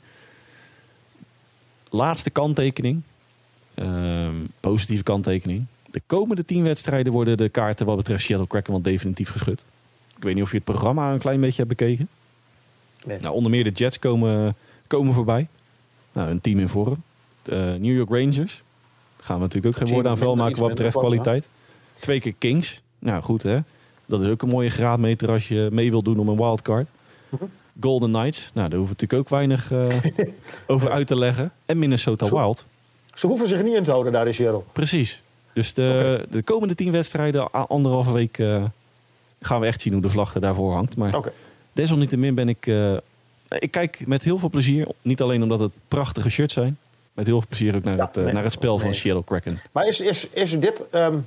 Laatste kanttekening. Uh, positieve kanttekening. De komende tien wedstrijden worden de kaarten wat betreft Seattle Kraken wel definitief geschud. Ik weet niet of je het programma een klein beetje hebt bekeken. Nee. Nou, onder meer de Jets komen, komen voorbij. Nou, een team in vorm. Uh, New York Rangers. Daar gaan we natuurlijk ook geen woorden aan vuil maken wat betreft kwaliteit. Twee keer Kings. Nou goed, hè. Dat is ook een mooie graadmeter als je mee wil doen om een wildcard. Mhm. Golden Knights, nou, daar hoeven we natuurlijk ook weinig uh, over uit te leggen. En Minnesota Zo. Wild. Ze hoeven zich niet in te houden daar in Seattle. Precies. Dus de, okay. de komende tien wedstrijden, anderhalve week, uh, gaan we echt zien hoe de vlag er daarvoor hangt. Maar okay. desalniettemin ben ik... Uh, ik kijk met heel veel plezier, niet alleen omdat het prachtige shirts zijn, met heel veel plezier ook naar, ja, het, uh, nee, naar het spel nee. van Seattle Kraken. Maar is, is, is dit um,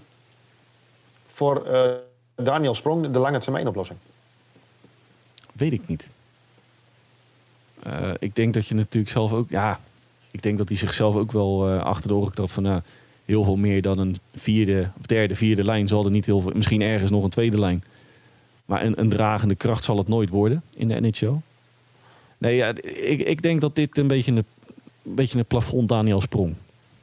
voor uh, Daniel Sprong de lange termijn oplossing? Weet ik niet. Uh, ik denk dat je natuurlijk zelf ook... Ja, ik denk dat hij zichzelf ook wel uh, achter de oren trapt van... Uh, heel veel meer dan een vierde of derde, vierde lijn zal er niet heel veel... Misschien ergens nog een tweede lijn. Maar een, een dragende kracht zal het nooit worden in de N H L. Nee, ja, ik, ik denk dat dit een beetje een, een beetje een plafond Daniel Sprong.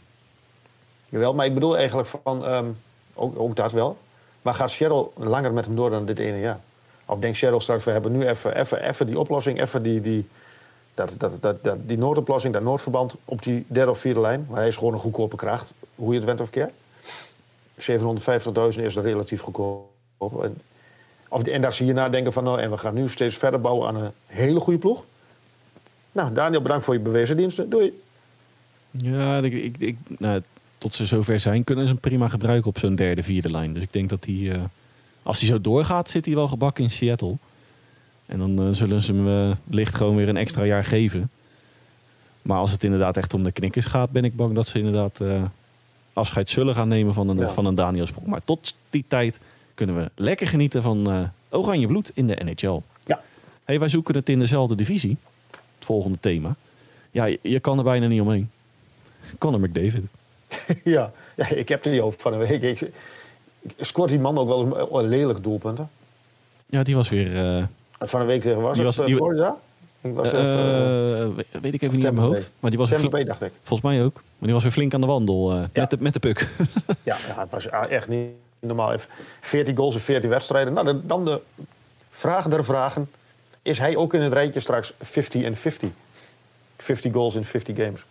Jawel, maar ik bedoel eigenlijk van... Um, ook, ook dat wel. Maar gaat Seattle langer met hem door dan dit ene jaar? Of denkt Seattle straks, we hebben nu even, even, even die oplossing... even die, die, dat, dat, dat, dat, die noodoplossing, dat noodverband op die derde of vierde lijn. Maar hij is gewoon een goedkope kracht, hoe je het went of keert. zevenhonderdvijftigduizend is relatief goedkoop. En, of, en dat ze hierna denken van... nou, en we gaan nu steeds verder bouwen aan een hele goede ploeg. Nou, Daniel, bedankt voor je bewezen diensten. Doei. Ja, ik, ik, ik, nou, tot ze zover zijn, kunnen ze hem prima gebruiken op zo'n derde, vierde lijn. Dus ik denk dat hij... Uh, als hij zo doorgaat, zit hij wel gebakken in Seattle. En dan uh, zullen ze hem uh, licht gewoon weer een extra jaar geven. Maar als het inderdaad echt om de knikkers gaat, ben ik bang dat ze inderdaad uh, afscheid zullen gaan nemen van een, ja. van een Daniel Sprong. Maar tot die tijd kunnen we lekker genieten van uh, oranje bloed in de N H L. Ja. Hey, wij zoeken het in dezelfde divisie. Het volgende thema. Ja, je, je kan er bijna niet omheen. Connor McDavid. ja, ja, ik heb er die over van een week. Ik, ik, scoort die man ook wel eens lelijk doelpunten? Ja, die was weer... Uh, van een week tegen was die het was, die, Florida? Ik was uh, even, uh, weet ik even niet in mijn hoofd. Maar die was Tampa Bay, dacht ik. Volgens mij ook. Maar die was weer flink aan de wandel. Uh, ja. met, de, met de puck. ja, ja, het was echt niet normaal. veertien goals in veertien wedstrijden. Nou, dan de vraag der vragen. Is hij ook in het rijtje straks vijftig en vijftig? vijftig goals in vijftig games.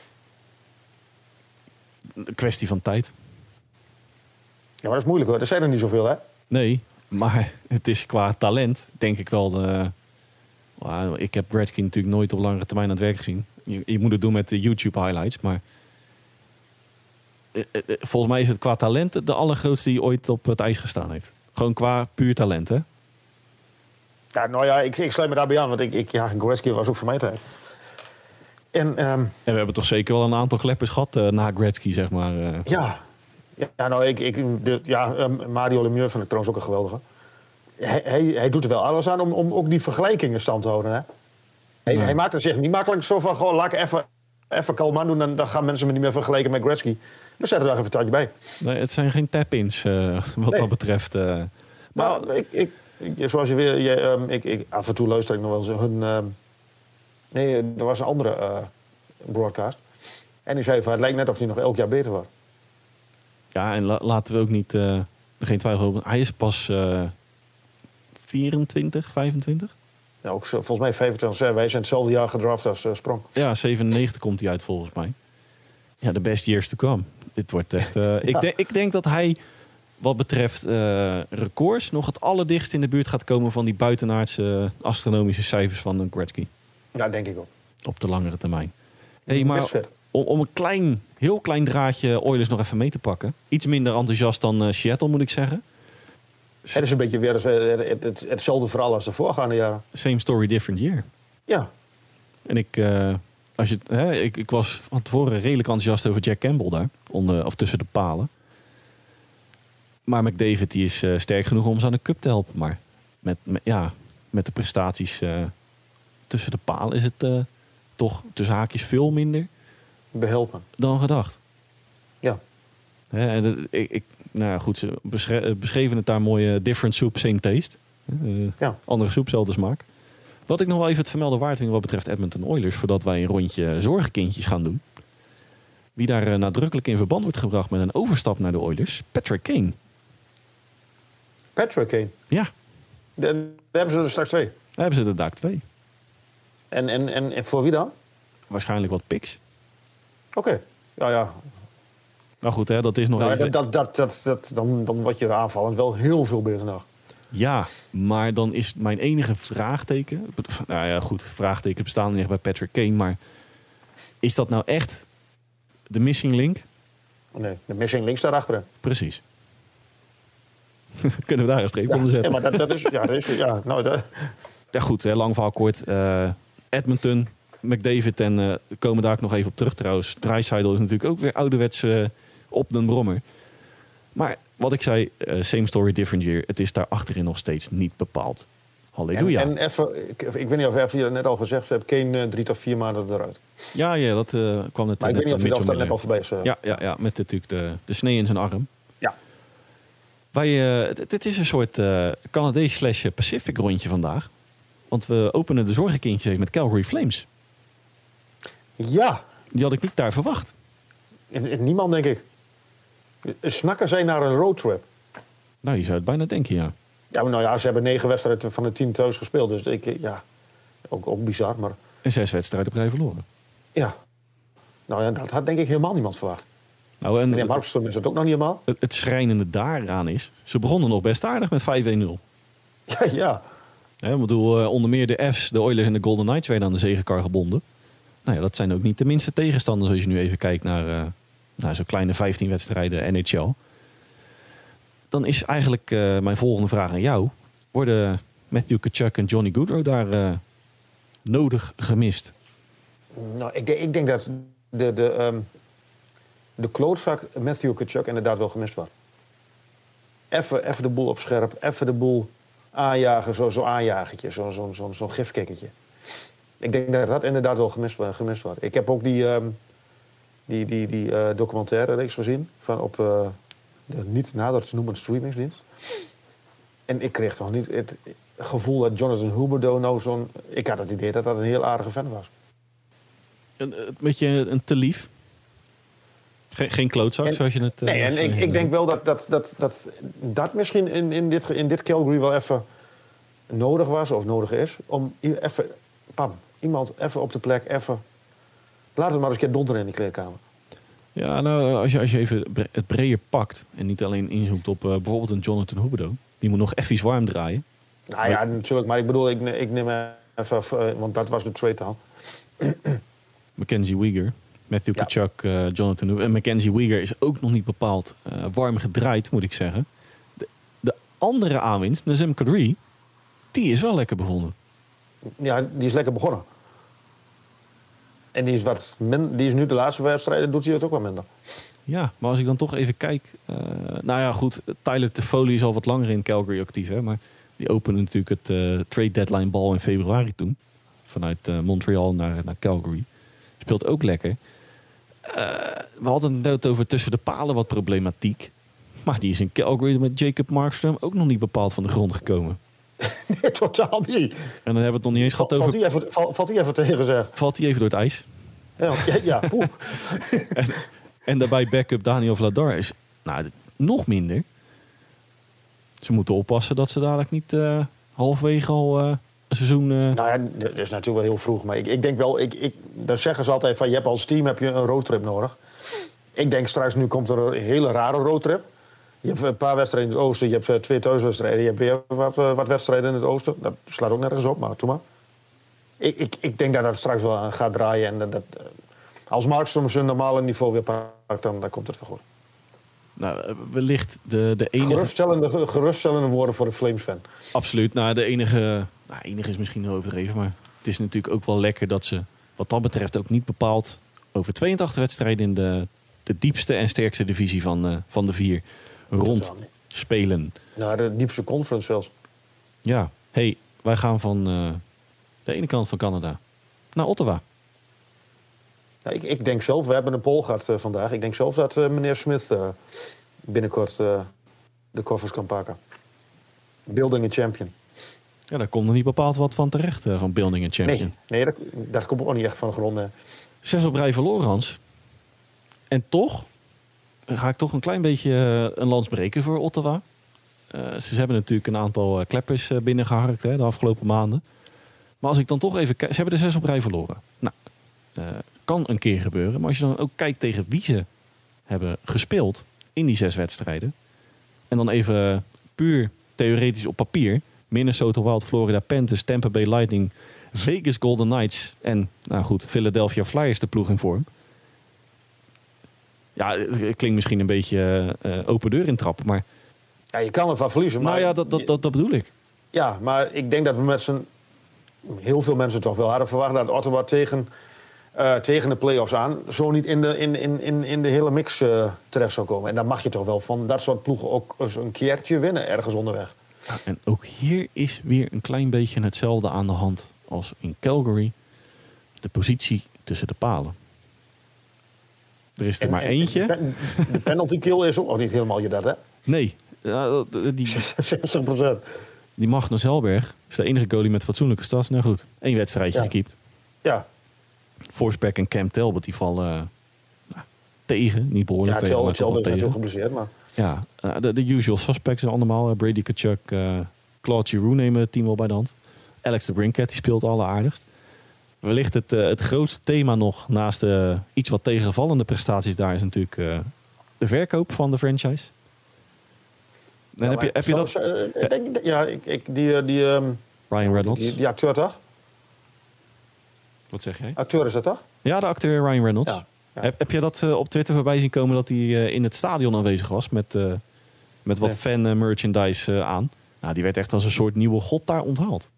Een kwestie van tijd. Ja, maar dat is moeilijk hoor. Er zijn er niet zoveel, hè? Nee, maar het is qua talent, denk ik wel... De, well, ik heb Gretzky natuurlijk nooit op langere termijn aan het werk gezien. Je, je moet het doen met de YouTube highlights, maar... Volgens mij is het qua talent de allergrootste die ooit op het ijs gestaan heeft. Gewoon qua puur talent, hè? Ja, nou ja, ik, ik sluit me daarbij aan, want ik, ik, ja, Gretzky was ook voor mij tijd. En, um, en we hebben toch zeker wel een aantal kleppers gehad uh, na Gretzky, zeg maar. Uh. Ja. ja, nou, ik, ik, de, ja um, Mario Lemieux vind ik trouwens ook een geweldige. Hij, hij, hij doet er wel alles aan om, om ook die vergelijkingen stand te houden, hè? Hij, ja. hij maakt er zich niet makkelijk zo van, gewoon laat ik even, even kalm aan doen, dan, dan gaan mensen me niet meer vergelijken met Gretzky. Dan zet er daar even een tandje bij. Nee, het zijn geen tap-ins, uh, wat nee. dat betreft. Uh. Maar, maar ik... ik Ik, zoals je weer, je, um, ik, ik, af en toe luister ik nog wel eens hun... Um, nee, er was een andere uh, broadcast. En die zei van, het lijkt net of hij nog elk jaar beter wordt. Ja, en la, laten we ook niet... Uh, geen twijfel over. Hij is pas uh, vierentwintig, vijfentwintig? Ja, ook volgens mij vijfentwintig. Wij zijn hetzelfde jaar gedraft als uh, Sprong. Ja, zevenennegentig komt hij uit volgens mij. Ja, the best years to come. Dit wordt echt... Uh, ja. ik, de, ik denk dat hij... Wat betreft uh, records nog het allerdichtst in de buurt gaat komen van die buitenaardse uh, astronomische cijfers van uh, Gretzky. Ja, denk ik ook. Op de langere termijn. Hey, maar om, om een klein, heel klein draadje Oilers nog even mee te pakken. Iets minder enthousiast dan uh, Seattle, moet ik zeggen. Het is een beetje weer het, het, hetzelfde verhaal als de voorgaande jaren. Same story, different year. Ja. En ik, uh, als je, hè, ik, ik was van tevoren redelijk enthousiast over Jack Campbell daar. Onder, of tussen de palen. Maar McDavid die is uh, sterk genoeg om ze aan de cup te helpen. Maar met, met, ja, met de prestaties uh, tussen de palen is het uh, toch tussen haakjes veel minder behelpen dan gedacht. Ja. Hè, en dat, ik, ik, nou ja, goed, ze beschre- beschreven het daar mooi uh, different soup, same taste. Uh, ja. Andere soep, zelfde smaak. Wat ik nog wel even het vermelden waard vind wat betreft Edmonton Oilers, voordat wij een rondje zorgenkindjes gaan doen. Wie daar uh, nadrukkelijk in verband wordt gebracht met een overstap naar de Oilers, Patrick Kane. Patrick Kane? Ja. Daar hebben ze er straks twee. Daar hebben ze er daar twee. En, en, en, en voor wie dan? Waarschijnlijk wat picks. Oké, okay. ja, ja. Nou goed, hè, dat is nog nou, even... Dat, dat, dat, dat, dat, dan, dan word je aanvallend wel heel veel beter nog. Ja, maar dan is mijn enige vraagteken... Nou ja, goed, vraagteken bestaan niet echt bij Patrick Kane, maar is dat nou echt de missing link? Nee, de missing link staat achteren. Precies. Kunnen we daar een streep Ja, onder zetten? ja, maar dat, dat is... Ja, dat is ja, nou, dat, Ja goed, hè, lang verhaal kort. Uh, Edmonton, McDavid en uh, komen daar ook nog even op terug trouwens. Draisaitl is natuurlijk ook weer ouderwets uh, op den brommer. Maar wat ik zei, uh, same story, different year. Het is daar achterin nog steeds niet bepaald. Halleluja. En, en even, ik, ik weet niet of even je net al gezegd hebt, Kane uh, drie tot vier maanden eruit. Ja, ja dat uh, kwam net. Maar ik net, weet niet of, uh, of dat net al voorbij is. Uh. Ja, ja, ja, met natuurlijk de, de snee in zijn arm. Ja. Wij, uh, dit is een soort uh, Canadees slash Pacific rondje vandaag. Want we openen de zorgenkindjes met Calgary Flames. Ja. Die had ik niet daar verwacht. En, en niemand, denk ik. Snakken zij naar een roadtrip? Nou, je zou het bijna denken, ja. Ja, maar nou ja, ze hebben negen wedstrijden van de tien thuis gespeeld. Dus ik, ja, ook, ook bizar, maar... En zes wedstrijden op rij verloren. Ja. Nou ja, dat had denk ik helemaal niemand verwacht. Nou, en Meneer Markström is dat ook nog niet helemaal. Het, het schrijnende daaraan is... Ze begonnen nog best aardig met vijf een nul. Ja, ja. Ja, ik bedoel, uh, onder meer de F's, de Oilers en de Golden Knights werden aan de zegenkar gebonden. Nou ja, dat zijn ook niet de minste tegenstanders als je nu even kijkt naar, uh, naar zo'n kleine vijftien wedstrijden N H L. Dan is eigenlijk uh, mijn volgende vraag aan jou. Worden Matthew Tkachuk en Johnny Gaudreau daar uh, nodig gemist? Nou, ik, denk, ik denk dat de, de, um, de klootzak Matthew Tkachuk inderdaad wel gemist wordt. Even, even de boel op scherp, even de boel aanjagen, zo'n zo aanjagertje, zo'n zo, zo, zo gifkikkertje. Ik denk dat dat inderdaad wel gemist, gemist wordt. Ik heb ook die, um, die, die, die uh, documentaire reeks gezien van op uh, de niet nader te noemen streamingsdienst. En ik kreeg toch niet het gevoel dat Jonathan Huberdeau nou zo'n... Ik had het idee dat dat een heel aardige fan was. Een, een beetje een te lief. Geen, geen klootzak, en, zoals je het... Uh, nee, en ik, ik denk wel dat dat, dat, dat, dat misschien in, in, dit, in dit Calgary wel even nodig was of nodig is. Om even, pam, iemand even op de plek, even... Laat het maar eens een keer donderen in die kleedkamer. Ja, nou, als je, als je even het breder pakt en niet alleen inzoekt op uh, bijvoorbeeld een Jonathan Huberdeau. Die moet nog even iets warm draaien. Nou ja, natuurlijk. Maar ik bedoel, ik, ik neem even... Uh, want dat was de trade taal. Mackenzie Weegar, Matthew ja. Tkachuk, uh, Jonathan Huberdeau. En Mackenzie Weegar is ook nog niet bepaald uh, warm gedraaid, moet ik zeggen. De, de andere aanwinst, Nazem Kadri, die is wel lekker bevonden. Ja, die is lekker begonnen. En die is, wat min, die is nu de laatste wedstrijden, doet hij het ook wel minder. Ja, maar als ik dan toch even kijk... Uh, nou ja, goed, Tyler Toffoli is al wat langer in Calgary actief, hè, maar die opende natuurlijk het uh, trade deadline bal in februari toen. Vanuit uh, Montreal naar, naar Calgary. Speelt ook lekker. Uh, we hadden het over tussen de palen wat problematiek. Maar die is in Calgary met Jacob Markstrom ook nog niet bepaald van de grond gekomen. Nee, totaal niet. En dan hebben we het nog niet eens gehad over... Valt hij even, val, valt hij even tegen, zeg. Valt hij even door het ijs. Ja, ja, ja en, en daarbij backup Daniel Vladar is nou, nog minder. Ze moeten oppassen dat ze dadelijk niet uh, halfwege al uh, een seizoen... Uh... Nou ja, dat is natuurlijk wel heel vroeg. Maar ik, ik denk wel, ik, ik, dan zeggen ze altijd van je hebt als team heb je een roadtrip nodig. Ik denk straks nu komt er een hele rare roadtrip. Je hebt een paar wedstrijden in het oosten, je hebt twee thuiswedstrijden. Je hebt weer wat, wat wedstrijden in het oosten. Dat slaat ook nergens op, maar doe maar. Ik, ik, ik denk dat dat straks wel aan gaat draaien. En dat, dat, als Markstrom zijn normale niveau weer pakt, dan, dan komt het wel goed. Nou, wellicht de, de enige... Geruststellende, geruststellende woorden voor de Flames-fan. Absoluut. Nou, de enige... Nou, enige is misschien overdreven, maar het is natuurlijk ook wel lekker dat ze wat dat betreft ook niet bepaald over tweeëntachtig wedstrijden in de, de diepste en sterkste divisie van, uh, van de vier rond spelen. Nou, de diepste conference zelfs. Ja. Hey, wij gaan van uh, de ene kant van Canada naar Ottawa. Ja, ik, ik denk zelf, we hebben een poll gehad uh, vandaag. Ik denk zelf dat uh, meneer Smith uh, binnenkort uh, de koffers kan pakken. Building a champion. Ja, daar komt nog niet bepaald wat van terecht, uh, van Building a champion. Nee, nee dat, dat komt ook niet echt van de grond. Hè. Zes op rij verloren, Hans. En toch ga ik toch een klein beetje uh, een lans breken voor Ottawa. Uh, ze hebben natuurlijk een aantal uh, kleppers uh, binnengeharkt hè, de afgelopen maanden. Maar als ik dan toch even kijk... Ze hebben er zes op rij verloren. Nou, uh, kan een keer gebeuren. Maar als je dan ook kijkt tegen wie ze hebben gespeeld in die zes wedstrijden. En dan even puur theoretisch op papier Minnesota Wild, Florida Panthers, Tampa Bay Lightning, Vegas Golden Knights en, nou goed, Philadelphia Flyers de ploeg in vorm. Ja, het klinkt misschien een beetje uh, open deur intrappen, maar... Ja, je kan ervan verliezen. Maar nou ja, dat, dat, dat, dat bedoel ik. Ja, maar ik denk dat we met z'n... heel veel mensen toch wel hadden verwacht dat Ottawa tegen, uh, tegen de play-offs aan zo niet in de, in, in, in, in de hele mix uh, terecht zou komen. En dan mag je toch wel van dat soort ploegen ook eens een keertje winnen ergens onderweg. Ja, en ook hier is weer een klein beetje hetzelfde aan de hand als in Calgary. De positie tussen de palen. Er is er en, maar en, eentje. De, de penalty kill is ook niet helemaal je dat, hè? Nee. Ja, die, zestig procent. Die Magnus Helberg is de enige goalie met fatsoenlijke stats. Nou goed, één wedstrijdje ja. gekiept. Ja. Forsberg en Cam Talbot die vallen uh, nou, tegen. Niet behoorlijk ja, tegen, maar toch wel tegen. tegen. Geblesseerd, maar... Ja, uh, de, de usual suspects zijn allemaal. Uh, Brady Tkachuk, uh, Claude Giroux nemen het team wel bij de hand. Alex de Brincat, die speelt alleraardigst. Wellicht het, uh, het grootste thema nog naast de uh, iets wat tegenvallende prestaties daar is natuurlijk uh, de verkoop van de franchise. En ja, heb, je, heb je zo, dat... Zo, uh, denk, ja, ik, ik, die... die um, Ryan Reynolds. Die, die acteur toch? Wat zeg jij? Acteur is dat toch? Ja, de acteur Ryan Reynolds. Ja, ja. Heb, heb je dat uh, op Twitter voorbij zien komen dat hij uh, in het stadion aanwezig was met, uh, met wat nee. fan uh, merchandise uh, aan? Nou, die werd echt als een soort nieuwe god daar onthaald.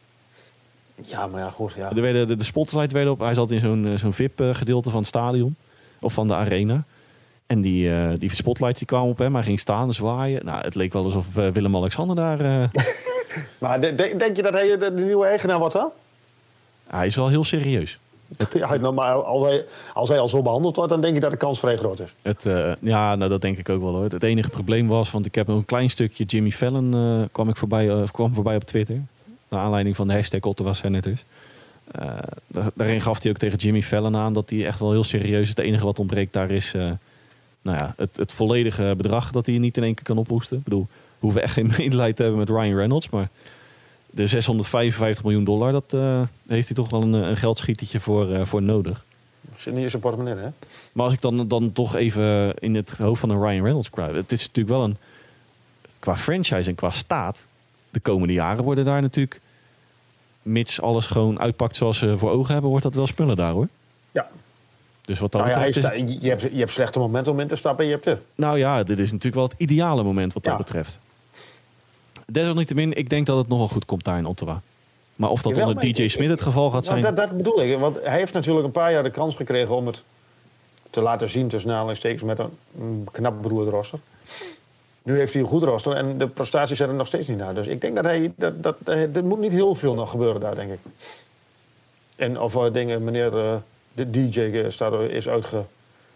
Ja, maar ja, goed. Ja. Er werden, de, de spotlight werd op. Hij zat in zo'n, zo'n V I P-gedeelte van het stadion. Of van de arena. En die, uh, die spotlights die kwamen op hem. Hij ging staan en zwaaien. Nou, het leek wel alsof uh, Willem-Alexander daar... Uh... maar de, de, denk je dat hij de, de nieuwe eigenaar wordt dan? Hij is wel heel serieus. Het... Ja, nou, maar als hij, als hij al zo behandeld wordt, dan denk je dat de kans vrij groot is. Het, uh, ja, nou, dat denk ik ook wel hoor. Het enige probleem was, want ik heb nog een klein stukje Jimmy Fallon uh, kwam ik voorbij, uh, kwam voorbij op Twitter. Naar aanleiding van de hashtag Ottawa Senators. Uh, daarin gaf hij ook tegen Jimmy Fallon aan dat hij echt wel heel serieus is. Het enige wat ontbreekt daar is uh, nou ja, het, het volledige bedrag dat hij niet in één keer kan ophoesten. Ik bedoel, we hoeven echt geen medelijden te hebben met Ryan Reynolds. Maar de zeshonderdvijfenvijftig miljoen dollar, dat uh, heeft hij toch wel een, een geldschietertje voor, uh, voor nodig. Zit niet in zijn portemonnee, hè? Maar als ik dan, dan toch even in het hoofd van een Ryan Reynolds kruip. Het is natuurlijk wel een, qua franchise en qua staat, de komende jaren worden daar natuurlijk, mits alles gewoon uitpakt zoals ze voor ogen hebben, wordt dat wel spullen daar hoor. Ja. Dus wat dat nou ja, betreft sta, is het... je, hebt, je hebt slechte momenten om in te stappen en je hebt er. Nou ja, dit is natuurlijk wel het ideale moment wat dat ja. betreft. Desalniettemin, ik denk dat het nog wel goed komt daar in Ottawa. Maar of dat Jawel, onder D J Smith het geval gaat zijn... Dat, dat bedoel ik, want hij heeft natuurlijk een paar jaar de kans gekregen om het te laten zien tussen aanhalingstekens met een, een knap beroerd roster. Nu heeft hij een goed roster en de prestaties zijn er nog steeds niet naar. Dus ik denk dat hij... Dat, dat, er moet niet heel veel nog gebeuren daar, denk ik. En of uh, dingen, meneer uh, de D J staat, is uitgedraaid.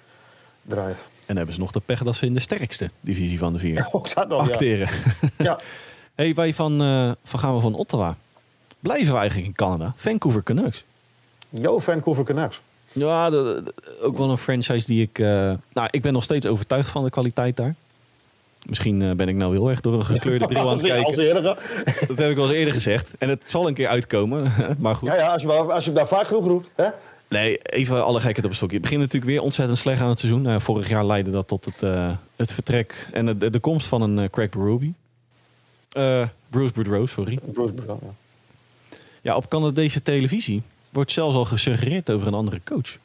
En hebben ze nog de pech dat ze in de sterkste divisie van de vier ja, ook dat nog, acteren. Ja. ja. Hey, wij van, uh, van gaan we van Ottawa. Blijven we eigenlijk in Canada? Vancouver Canucks. Yo, Vancouver Canucks. Ja, de, de, ook wel een franchise die ik... Uh, nou, ik ben nog steeds overtuigd van de kwaliteit daar. Misschien uh, ben ik nou heel erg door een gekleurde bril aan het kijken. Als eerder. Dat heb ik wel eens eerder gezegd. En het zal een keer uitkomen, maar goed. Ja, ja als, je, als je daar vaak genoeg roept, hè? Nee, even alle gekheid op een stokje. Het begint natuurlijk weer ontzettend slecht aan het seizoen. Uh, vorig jaar leidde dat tot het, uh, het vertrek en de, de komst van een uh, Craig Berube. Uh, Bruce Boudreau, sorry. Bruce Boudreau, ja. Ja, op Canadese televisie wordt zelfs al gesuggereerd over een andere coach.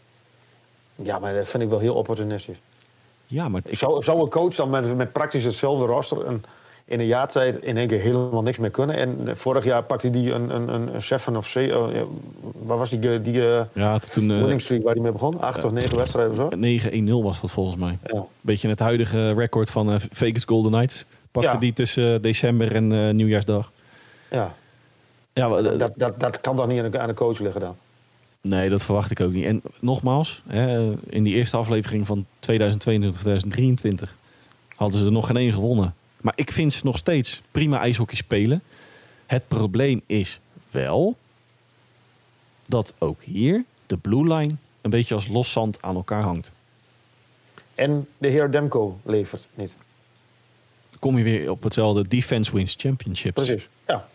Ja, maar dat vind ik wel heel opportunistisch. Ja, maar... Ik... Zou, zou een coach dan met, met praktisch hetzelfde roster een, in een jaar tijd in één keer helemaal niks meer kunnen? En vorig jaar pakte hij een, een, een seven of zeven... Uh, waar was die, die uh, ja, toen, uh, winning streak waar hij mee begon? Acht uh, of negen wedstrijden of zo? negen één nul was dat volgens mij. Ja. Beetje het huidige record van uh, Vegas Golden Knights. Pakte ja. die tussen december en uh, nieuwjaarsdag. Ja. Ja, dat, dat, dat, dat kan dan niet aan de, aan de coach liggen dan? Nee, dat verwacht ik ook niet. En nogmaals, hè, in die eerste aflevering van tweeduizend tweeëntwintig tweeduizend drieëntwintig hadden ze er nog geen één gewonnen. Maar ik vind ze nog steeds prima ijshockey spelen. Het probleem is wel dat ook hier de blue line een beetje als los zand aan elkaar hangt. En de heer Demko levert niet. Dan kom je weer op hetzelfde defense wins championships. Precies, ja.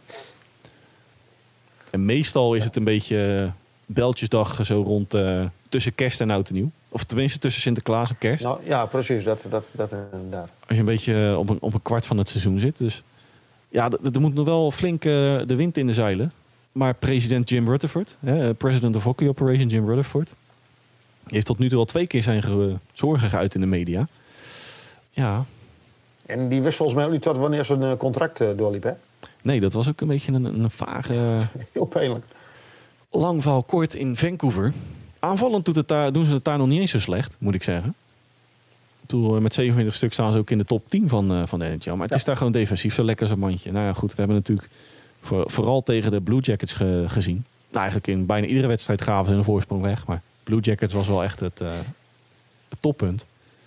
En meestal is het een beetje beltjesdag zo rond uh, tussen kerst en oud en nieuw. Of tenminste tussen Sinterklaas en kerst. Nou, ja, precies. Dat, dat, dat inderdaad. Als je een beetje op een, op een kwart van het seizoen zit. Dus ja, d- er moet nog wel flink uh, de wind in de zeilen. Maar president Jim Rutherford, hè, president of Hockey Operation Jim Rutherford, die heeft tot nu toe al twee keer zijn ge- zorgen geuit in de media. Ja. En die wist volgens mij ook niet tot wanneer zijn uh, contract uh, doorliep, hè? Nee, dat was ook een beetje een, een vage... Uh, Heel pijnlijk. Lang verhaal kort in Vancouver. Aanvallend doet het daar, doen ze het daar nog niet eens zo slecht, moet ik zeggen. Ik bedoel, met zevenentwintig stuk staan ze ook in de top tien van, uh, van de N H L. Maar het ja. is daar gewoon defensief zo lekker zo'n mandje. Nou ja, goed, we hebben natuurlijk voor, vooral tegen de Blue Jackets ge, gezien. Nou, eigenlijk in bijna iedere wedstrijd gaven ze een voorsprong weg. Maar Blue Jackets was wel echt het, uh, het toppunt.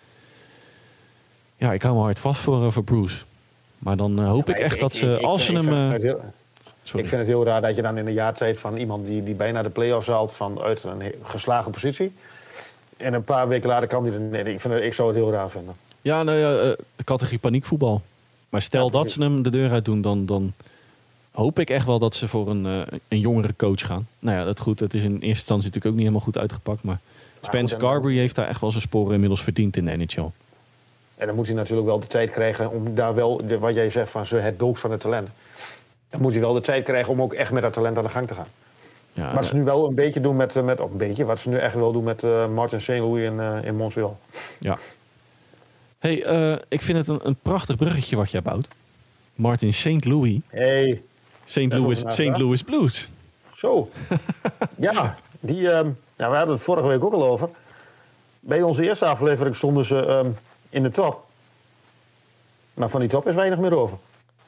Ja, ik hou me hard vast voor, uh, voor Bruce. Maar dan uh, hoop ja, ik echt ik, dat ze, ik, ik, als ze hem... Uh, heel, ik vind het heel raar dat je dan in de jaartijd van iemand die, die bijna de play-offs haalt vanuit een geslagen positie. En een paar weken later kan hij er... Nee, ik, vind het, ik zou het heel raar vinden. Ja, nou ja, uh, de categorie paniekvoetbal. Maar stel ja, dat ze hem de deur uit doen, dan, dan hoop ik echt wel dat ze voor een, uh, een jongere coach gaan. Nou ja, dat goed. Het is in eerste instantie natuurlijk ook niet helemaal goed uitgepakt. Maar Spence Carberry heeft daar echt wel zijn sporen inmiddels verdiend in de N H L. En dan moet hij natuurlijk wel de tijd krijgen om daar wel, de, wat jij zegt, van het bulk van het talent. Dan moet hij wel de tijd krijgen om ook echt met dat talent aan de gang te gaan. Ja, wat ze nu wel een beetje doen met, met ook een beetje, wat ze nu echt wel doen met uh, Martin Saint Louis in, uh, in Montreal. Ja. Hey, uh, ik vind het een, een prachtig bruggetje wat jij bouwt. Martin Saint Louis. Hey. Saint Louis, Saint Louis Blues. Zo. Ja, die, um, ja, we hadden het vorige week ook al over. Bij onze eerste aflevering stonden ze um, in de top. Maar van die top is weinig meer over.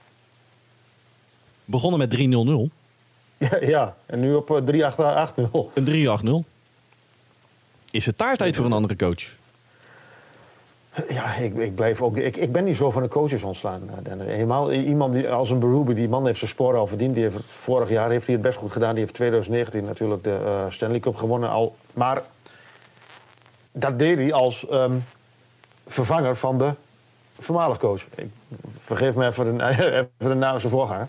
Begonnen met drie nul nul. Ja, ja, en nu op uh, drie acht nul. Een drie acht nul. Is het daar tijd voor een andere coach? Ja, ik, ik blijf ook. Ik, ik ben niet zo van de coaches ontslaan. Helemaal iemand die als een Berube, die man heeft zijn sporen al verdiend. Die heeft, vorig jaar heeft hij het best goed gedaan. Die heeft twintig negentien natuurlijk de uh, Stanley Cup gewonnen al. Maar dat deed hij als um, vervanger van de voormalig coach. Ik vergeef me even de, even de naam van zijn voorganger.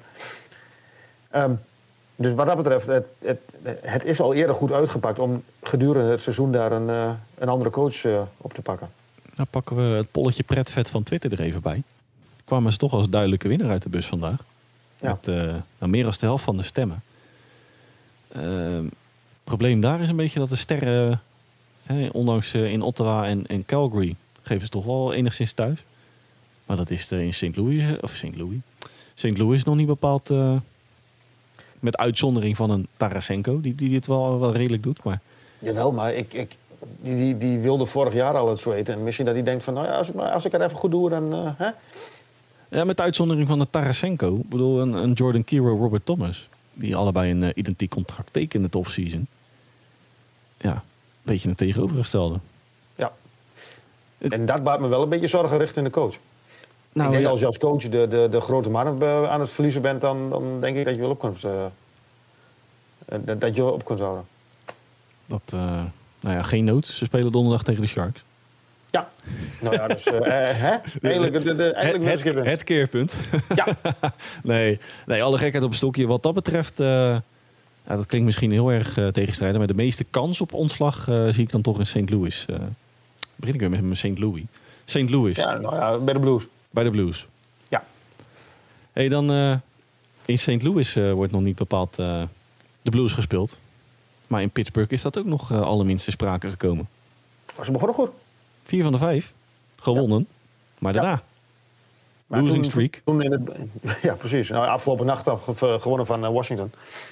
Um, dus wat dat betreft, het, het, het is al eerder goed uitgepakt om gedurende het seizoen daar een, uh, een andere coach uh, op te pakken. Nou pakken we het polletje pretvet van Twitter er even bij. Kwamen ze toch als duidelijke winnaar uit de bus vandaag. Ja. Met uh, nou, meer dan de helft van de stemmen. Uh, het probleem daar is een beetje dat de sterren, hè, ondanks uh, in Ottawa en, en Calgary, geven ze toch wel enigszins thuis. Maar dat is uh, in Saint Louis, of Saint Louis. Saint Louis nog niet bepaald, uh, met uitzondering van een Tarasenko, die, die het wel, wel redelijk doet. Maar... Jawel, maar ik... ik... Die, die, die wilde vorig jaar al het weten. En misschien dat hij denkt van, nou ja, als ik, als ik het even goed doe, dan... Uh, hè? Ja, met uitzondering van de Tarasenko. Ik bedoel, een, een Jordan Kyrou, Robert Thomas. Die allebei een uh, identiek contract tekenen in het offseason. Ja, een beetje een tegenovergestelde. Ja. Het... En dat baart me wel een beetje zorgen richting de coach. Nou, ik denk ja. Als je als coach de, de, de grote markt aan het verliezen bent, dan, dan denk ik dat je wel op kunt, uh, dat, dat je wel op kunt houden. Dat... Uh... Nou ja, geen nood. Ze spelen donderdag tegen de Sharks. Ja. Nou ja, dus... Uh, hè? Eigenlijk, de, de, eigenlijk het, het, het keerpunt. Ja. nee, nee, alle gekheid op een stokje. Wat dat betreft... Uh, ja, dat klinkt misschien heel erg uh, tegenstrijdig. Maar de meeste kans op ontslag uh, zie ik dan toch in Saint Louis. Uh, begin ik weer met mijn Saint Louis. Saint Louis. Ja, nou ja, bij de Blues. Bij de Blues. Ja. Hey, dan... Uh, in Saint Louis uh, wordt nog niet bepaald uh, de Blues gespeeld. Maar in Pittsburgh is dat ook nog uh, allerminst te sprake gekomen. Maar ze begonnen goed. Vier van de vijf. Gewonnen. Ja. Maar daarna. Ja. Maar losing toen, streak. Toen in het, ja, precies. Nou, afgelopen nacht af, gewonnen van uh, Washington.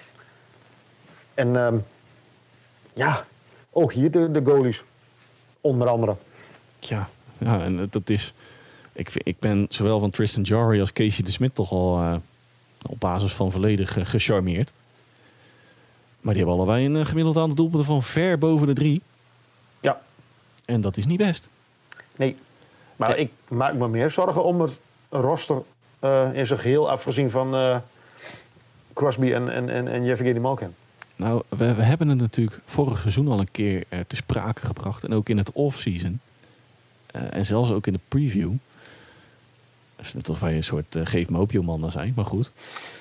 En um, ja, ook hier de, de goalies. Onder andere. Ja, ja en dat is... Ik, ik ben zowel van Tristan Jarry als Casey DeSmit toch al uh, op basis van volledig uh, gecharmeerd. Maar die hebben allebei een gemiddeld aantal doelpunten van ver boven de drie. Ja. En dat is niet best. Nee. Maar ja. Ik maak me meer zorgen om het roster uh, in zijn geheel, afgezien van uh, Crosby en, en, en, en Yevgeny Malkin. Nou, we, we hebben het natuurlijk vorig seizoen al een keer uh, te sprake gebracht. En ook in het off-season. Uh, en zelfs ook in de preview. Dat is net alsof wij een soort uh, geef me op, joh mannen zijn. Maar goed.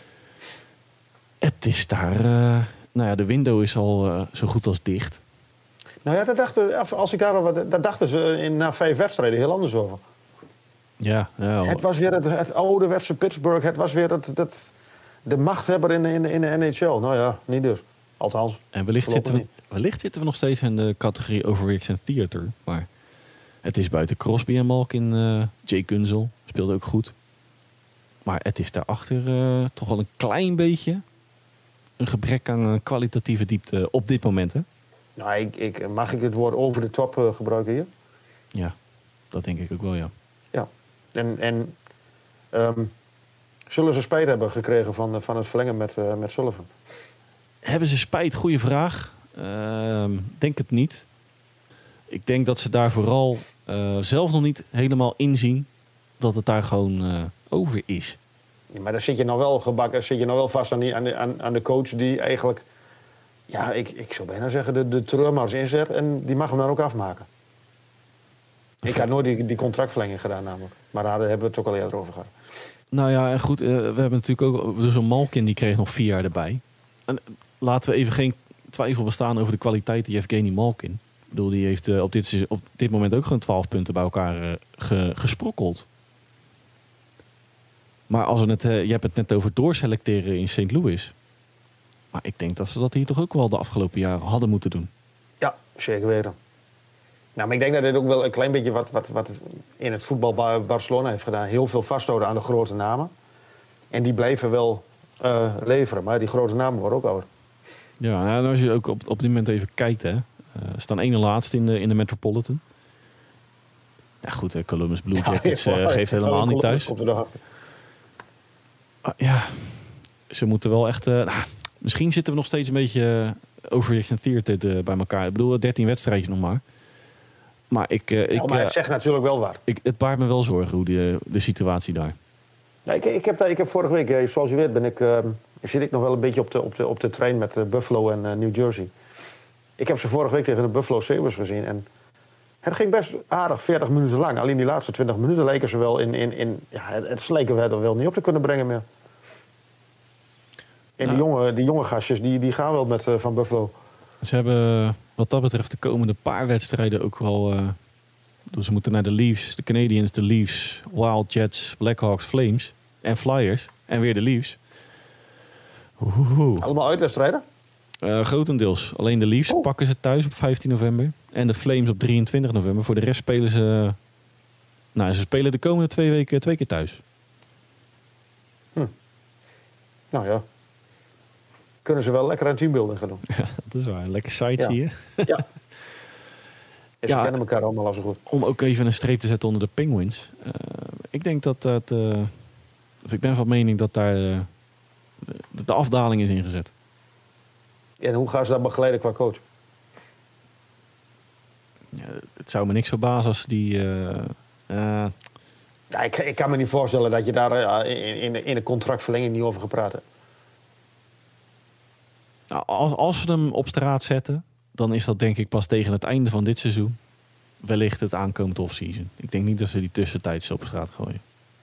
Het is daar... Uh, Nou ja, de window is al uh, zo goed als dicht. Nou ja, dat dachten, als ik daarover, dat dachten ze in, na vijf wedstrijden heel anders over. Ja, ja. Het was weer het, het ouderwetse Pittsburgh. Het was weer het, het, de machthebber in de, in, de, in de N H L. Nou ja, niet dus. Althans. En wellicht zitten, we, wellicht zitten we nog steeds in de categorie Overreaction en Theater. Maar het is buiten Crosby en Malkin. Uh, Jay Kunzel speelde ook goed. Maar het is daarachter uh, toch wel een klein beetje een gebrek aan uh, kwalitatieve diepte op dit moment. Hè? Nou, ik, ik, mag ik het woord over de top uh, gebruiken hier? Ja, dat denk ik ook wel, ja. Ja. En, en um, zullen ze spijt hebben gekregen van, van het verlengen met, uh, met Sullivan? Hebben ze spijt? Goeie vraag. Uh, denk het niet. Ik denk dat ze daar vooral uh, zelf nog niet helemaal inzien dat het daar gewoon uh, over is. Ja, maar dan zit je nou wel gebakken, zit je nou wel vast aan, die, aan, de, aan, aan de coach die eigenlijk, ja, ik, ik zou bijna zeggen, de, de treurmars inzet en die mag hem dan ook afmaken. Ik had nooit die, die contractverlenging gedaan namelijk. Maar daar hebben we het ook al eerder over gehad. Nou ja, en goed, uh, we hebben natuurlijk ook, dus een Malkin die kreeg nog vier jaar erbij. En laten we even geen twijfel bestaan over de kwaliteit die Evgeny Malkin. Ik bedoel, die heeft uh, op, dit, op dit moment ook gewoon twaalf punten bij elkaar uh, ge, gesprokkeld. Maar als we het, uh, je hebt het net over doorselecteren in Saint Louis. Maar ik denk dat ze dat hier toch ook wel de afgelopen jaren hadden moeten doen. Ja, zeker weten. Nou, maar ik denk dat dit ook wel een klein beetje wat, wat, wat in het voetbal Barcelona heeft gedaan. Heel veel vasthouden aan de grote namen. En die blijven wel uh, leveren, maar die grote namen worden ook ouder. Ja, nou, als je ook op, op dit moment even kijkt, hè. Uh, staan ene laatste in de, in de Metropolitan. Ja goed, hè, Columbus Blue Jackets ja, uh, geeft helemaal niet thuis. Komt er nog achter. Uh, ja, ze moeten wel echt... Uh, nou, misschien zitten we nog steeds een beetje uh, overextenteerd uh, bij elkaar. Ik bedoel, dertien wedstrijdjes nog maar. Maar ik... Uh, ja, ik maar uh, het zegt natuurlijk wel waar. Ik, het baart me wel zorgen, hoe die, de situatie daar. Ja, ik, ik, heb, ik heb vorige week, zoals je weet, ben ik, uh, zit ik nog wel een beetje op de, op de, op de trein met uh, Buffalo en uh, New Jersey. Ik heb ze vorige week tegen de Buffalo Sabres gezien. En het ging best aardig, veertig minuten lang. Alleen die laatste twintig minuten leken ze wel in... in, in ja, het, het leken we er wel niet op te kunnen brengen meer. En nou, die, jonge, die jonge gastjes, die, die gaan wel met uh, van Buffalo. Ze hebben wat dat betreft de komende paar wedstrijden ook wel... Uh, dus ze moeten naar de Leafs, de Canadiens, de Leafs, Wild, Jets, Blackhawks, Flames en Flyers. En weer de Leafs. Oeh. Allemaal uitwedstrijden? Uh, grotendeels. Alleen de Leafs oh. pakken ze thuis op vijftien november. En de Flames op drieëntwintig november. Voor de rest spelen ze... Nou, ze spelen de komende twee weken twee keer thuis. Hm. Nou ja. Kunnen ze wel lekker aan teambuilding gaan doen. Ja, dat is waar. Lekker site zie je. Ja. En ze ja, kennen elkaar allemaal al zo goed. Om ook even een streep te zetten onder de Penguins. Uh, ik denk dat dat... Uh, of ik ben van mening dat daar uh, de, de afdaling is ingezet. En hoe gaan ze dat begeleiden qua coach? Ja, het zou me niks verbazen als die... Uh, uh, ja, ik, ik kan me niet voorstellen dat je daar uh, in, in, in de contractverlenging niet over gepraat hebt. Nou, als, als we hem op straat zetten... dan is dat denk ik pas tegen het einde van dit seizoen. Wellicht het aankomend offseason. Ik denk niet dat ze die tussentijds op straat gooien.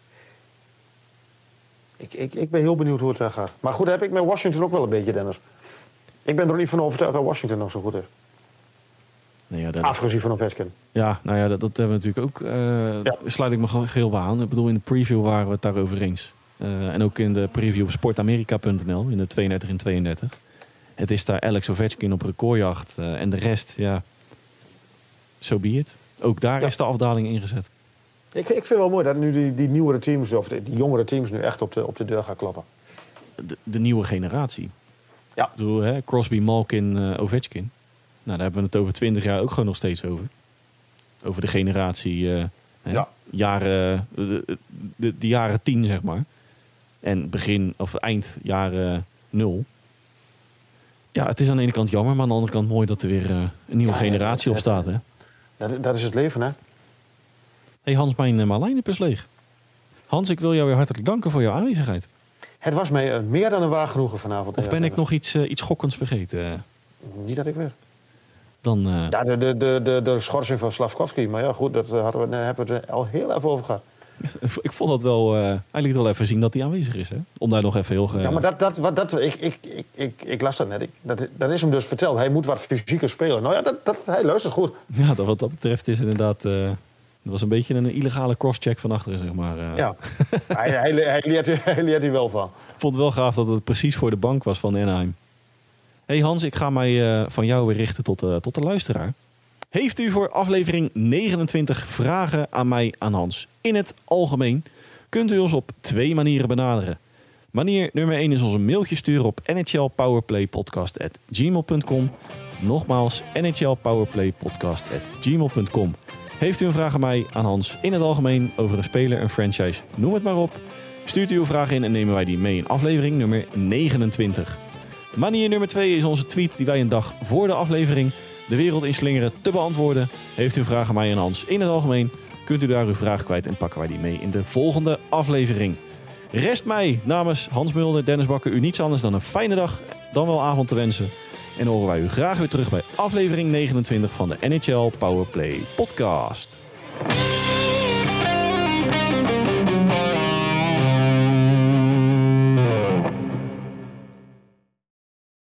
Ik, ik, ik ben heel benieuwd hoe het daar gaat. Maar goed, heb ik met Washington ook wel een beetje, Dennis. Ik ben er niet van overtuigd dat Washington nog zo goed is. Nee, ja, dat... Afgezien van Ovechkin. Ja, nou ja, dat, dat hebben we natuurlijk ook. Uh, ja. Sluit ik me geheel bij aan. Ik bedoel, in de preview waren we het daarover eens. Uh, en ook in de preview op sportamerika punt n l in de tweeëndertig en tweeëndertig. Het is daar Alex Ovechkin op recordjacht. Uh, en de rest, ja, so be it. Ook daar ja. is de afdaling ingezet. Ik, ik vind wel mooi dat nu die, die nieuwere teams, of die, die jongere teams, nu echt op de, op de deur gaan kloppen. De, de nieuwe generatie. Ja. Ik bedoel, hè, Crosby, Malkin, uh, Ovechkin. Nou, daar hebben we het over twintig jaar ook gewoon nog steeds over. Over de generatie, uh, hè, ja. jaren, de, de, de jaren tien, zeg maar. En begin, of eind jaren nul. Ja, het is aan de ene kant jammer, maar aan de andere kant mooi dat er weer uh, een nieuwe ja, generatie ja, op staat. Hè? Dat, dat is het leven, hè? Hey Hans, mijn uh, Marlijnep is leeg. Hans, ik wil jou weer hartelijk danken voor jouw aanwezigheid. Het was mij uh, meer dan een waar genoegen vanavond. Of ben ik nog iets, uh, iets schokkends vergeten? Niet dat ik weet. Dan, uh... ja, de, de, de, de, de schorsing van Slavkovski. Maar ja, goed, dat hadden we, daar hebben we het al heel even over gehad. Ik vond dat wel... Uh, hij liet wel even zien dat hij aanwezig is, hè? Om daar nog even heel... Ge... Ja, maar dat, dat, wat, dat, ik, ik, ik, ik, ik las dat net. Ik, dat, dat is hem dus verteld. Hij moet wat fysieker spelen. Nou ja, dat, dat, hij luistert goed. Ja, dat, wat dat betreft is inderdaad... Uh, Dat was een beetje een illegale crosscheck van achteren, zeg maar. Uh. Ja, hij, hij, hij, leert, hij leert er wel van. Ik vond het wel gaaf dat het precies voor de bank was van Anaheim. Hey Hans, ik ga mij uh, van jou weer richten tot, uh, tot de luisteraar. Heeft u voor aflevering negenentwintig vragen aan mij, aan Hans? In het algemeen kunt u ons op twee manieren benaderen. Manier nummer één is ons een mailtje sturen op n h l powerplay podcast at gmail dot com. Nogmaals, n h l powerplay podcast at gmail dot com. Heeft u een vraag aan mij, aan Hans, in het algemeen over een speler, een franchise, noem het maar op. Stuurt u uw vraag in en nemen wij die mee in aflevering nummer negenentwintig. Manier nummer twee is onze tweet die wij een dag voor de aflevering de wereld inslingeren te beantwoorden. Heeft u een vraag aan mij en Hans in het algemeen, kunt u daar uw vraag kwijt en pakken wij die mee in de volgende aflevering. Rest mij namens Hans Mulder, Dennis Bakker u niets anders dan een fijne dag, dan wel avond te wensen. En horen wij u graag weer terug bij aflevering negenentwintig van de N H L Powerplay podcast.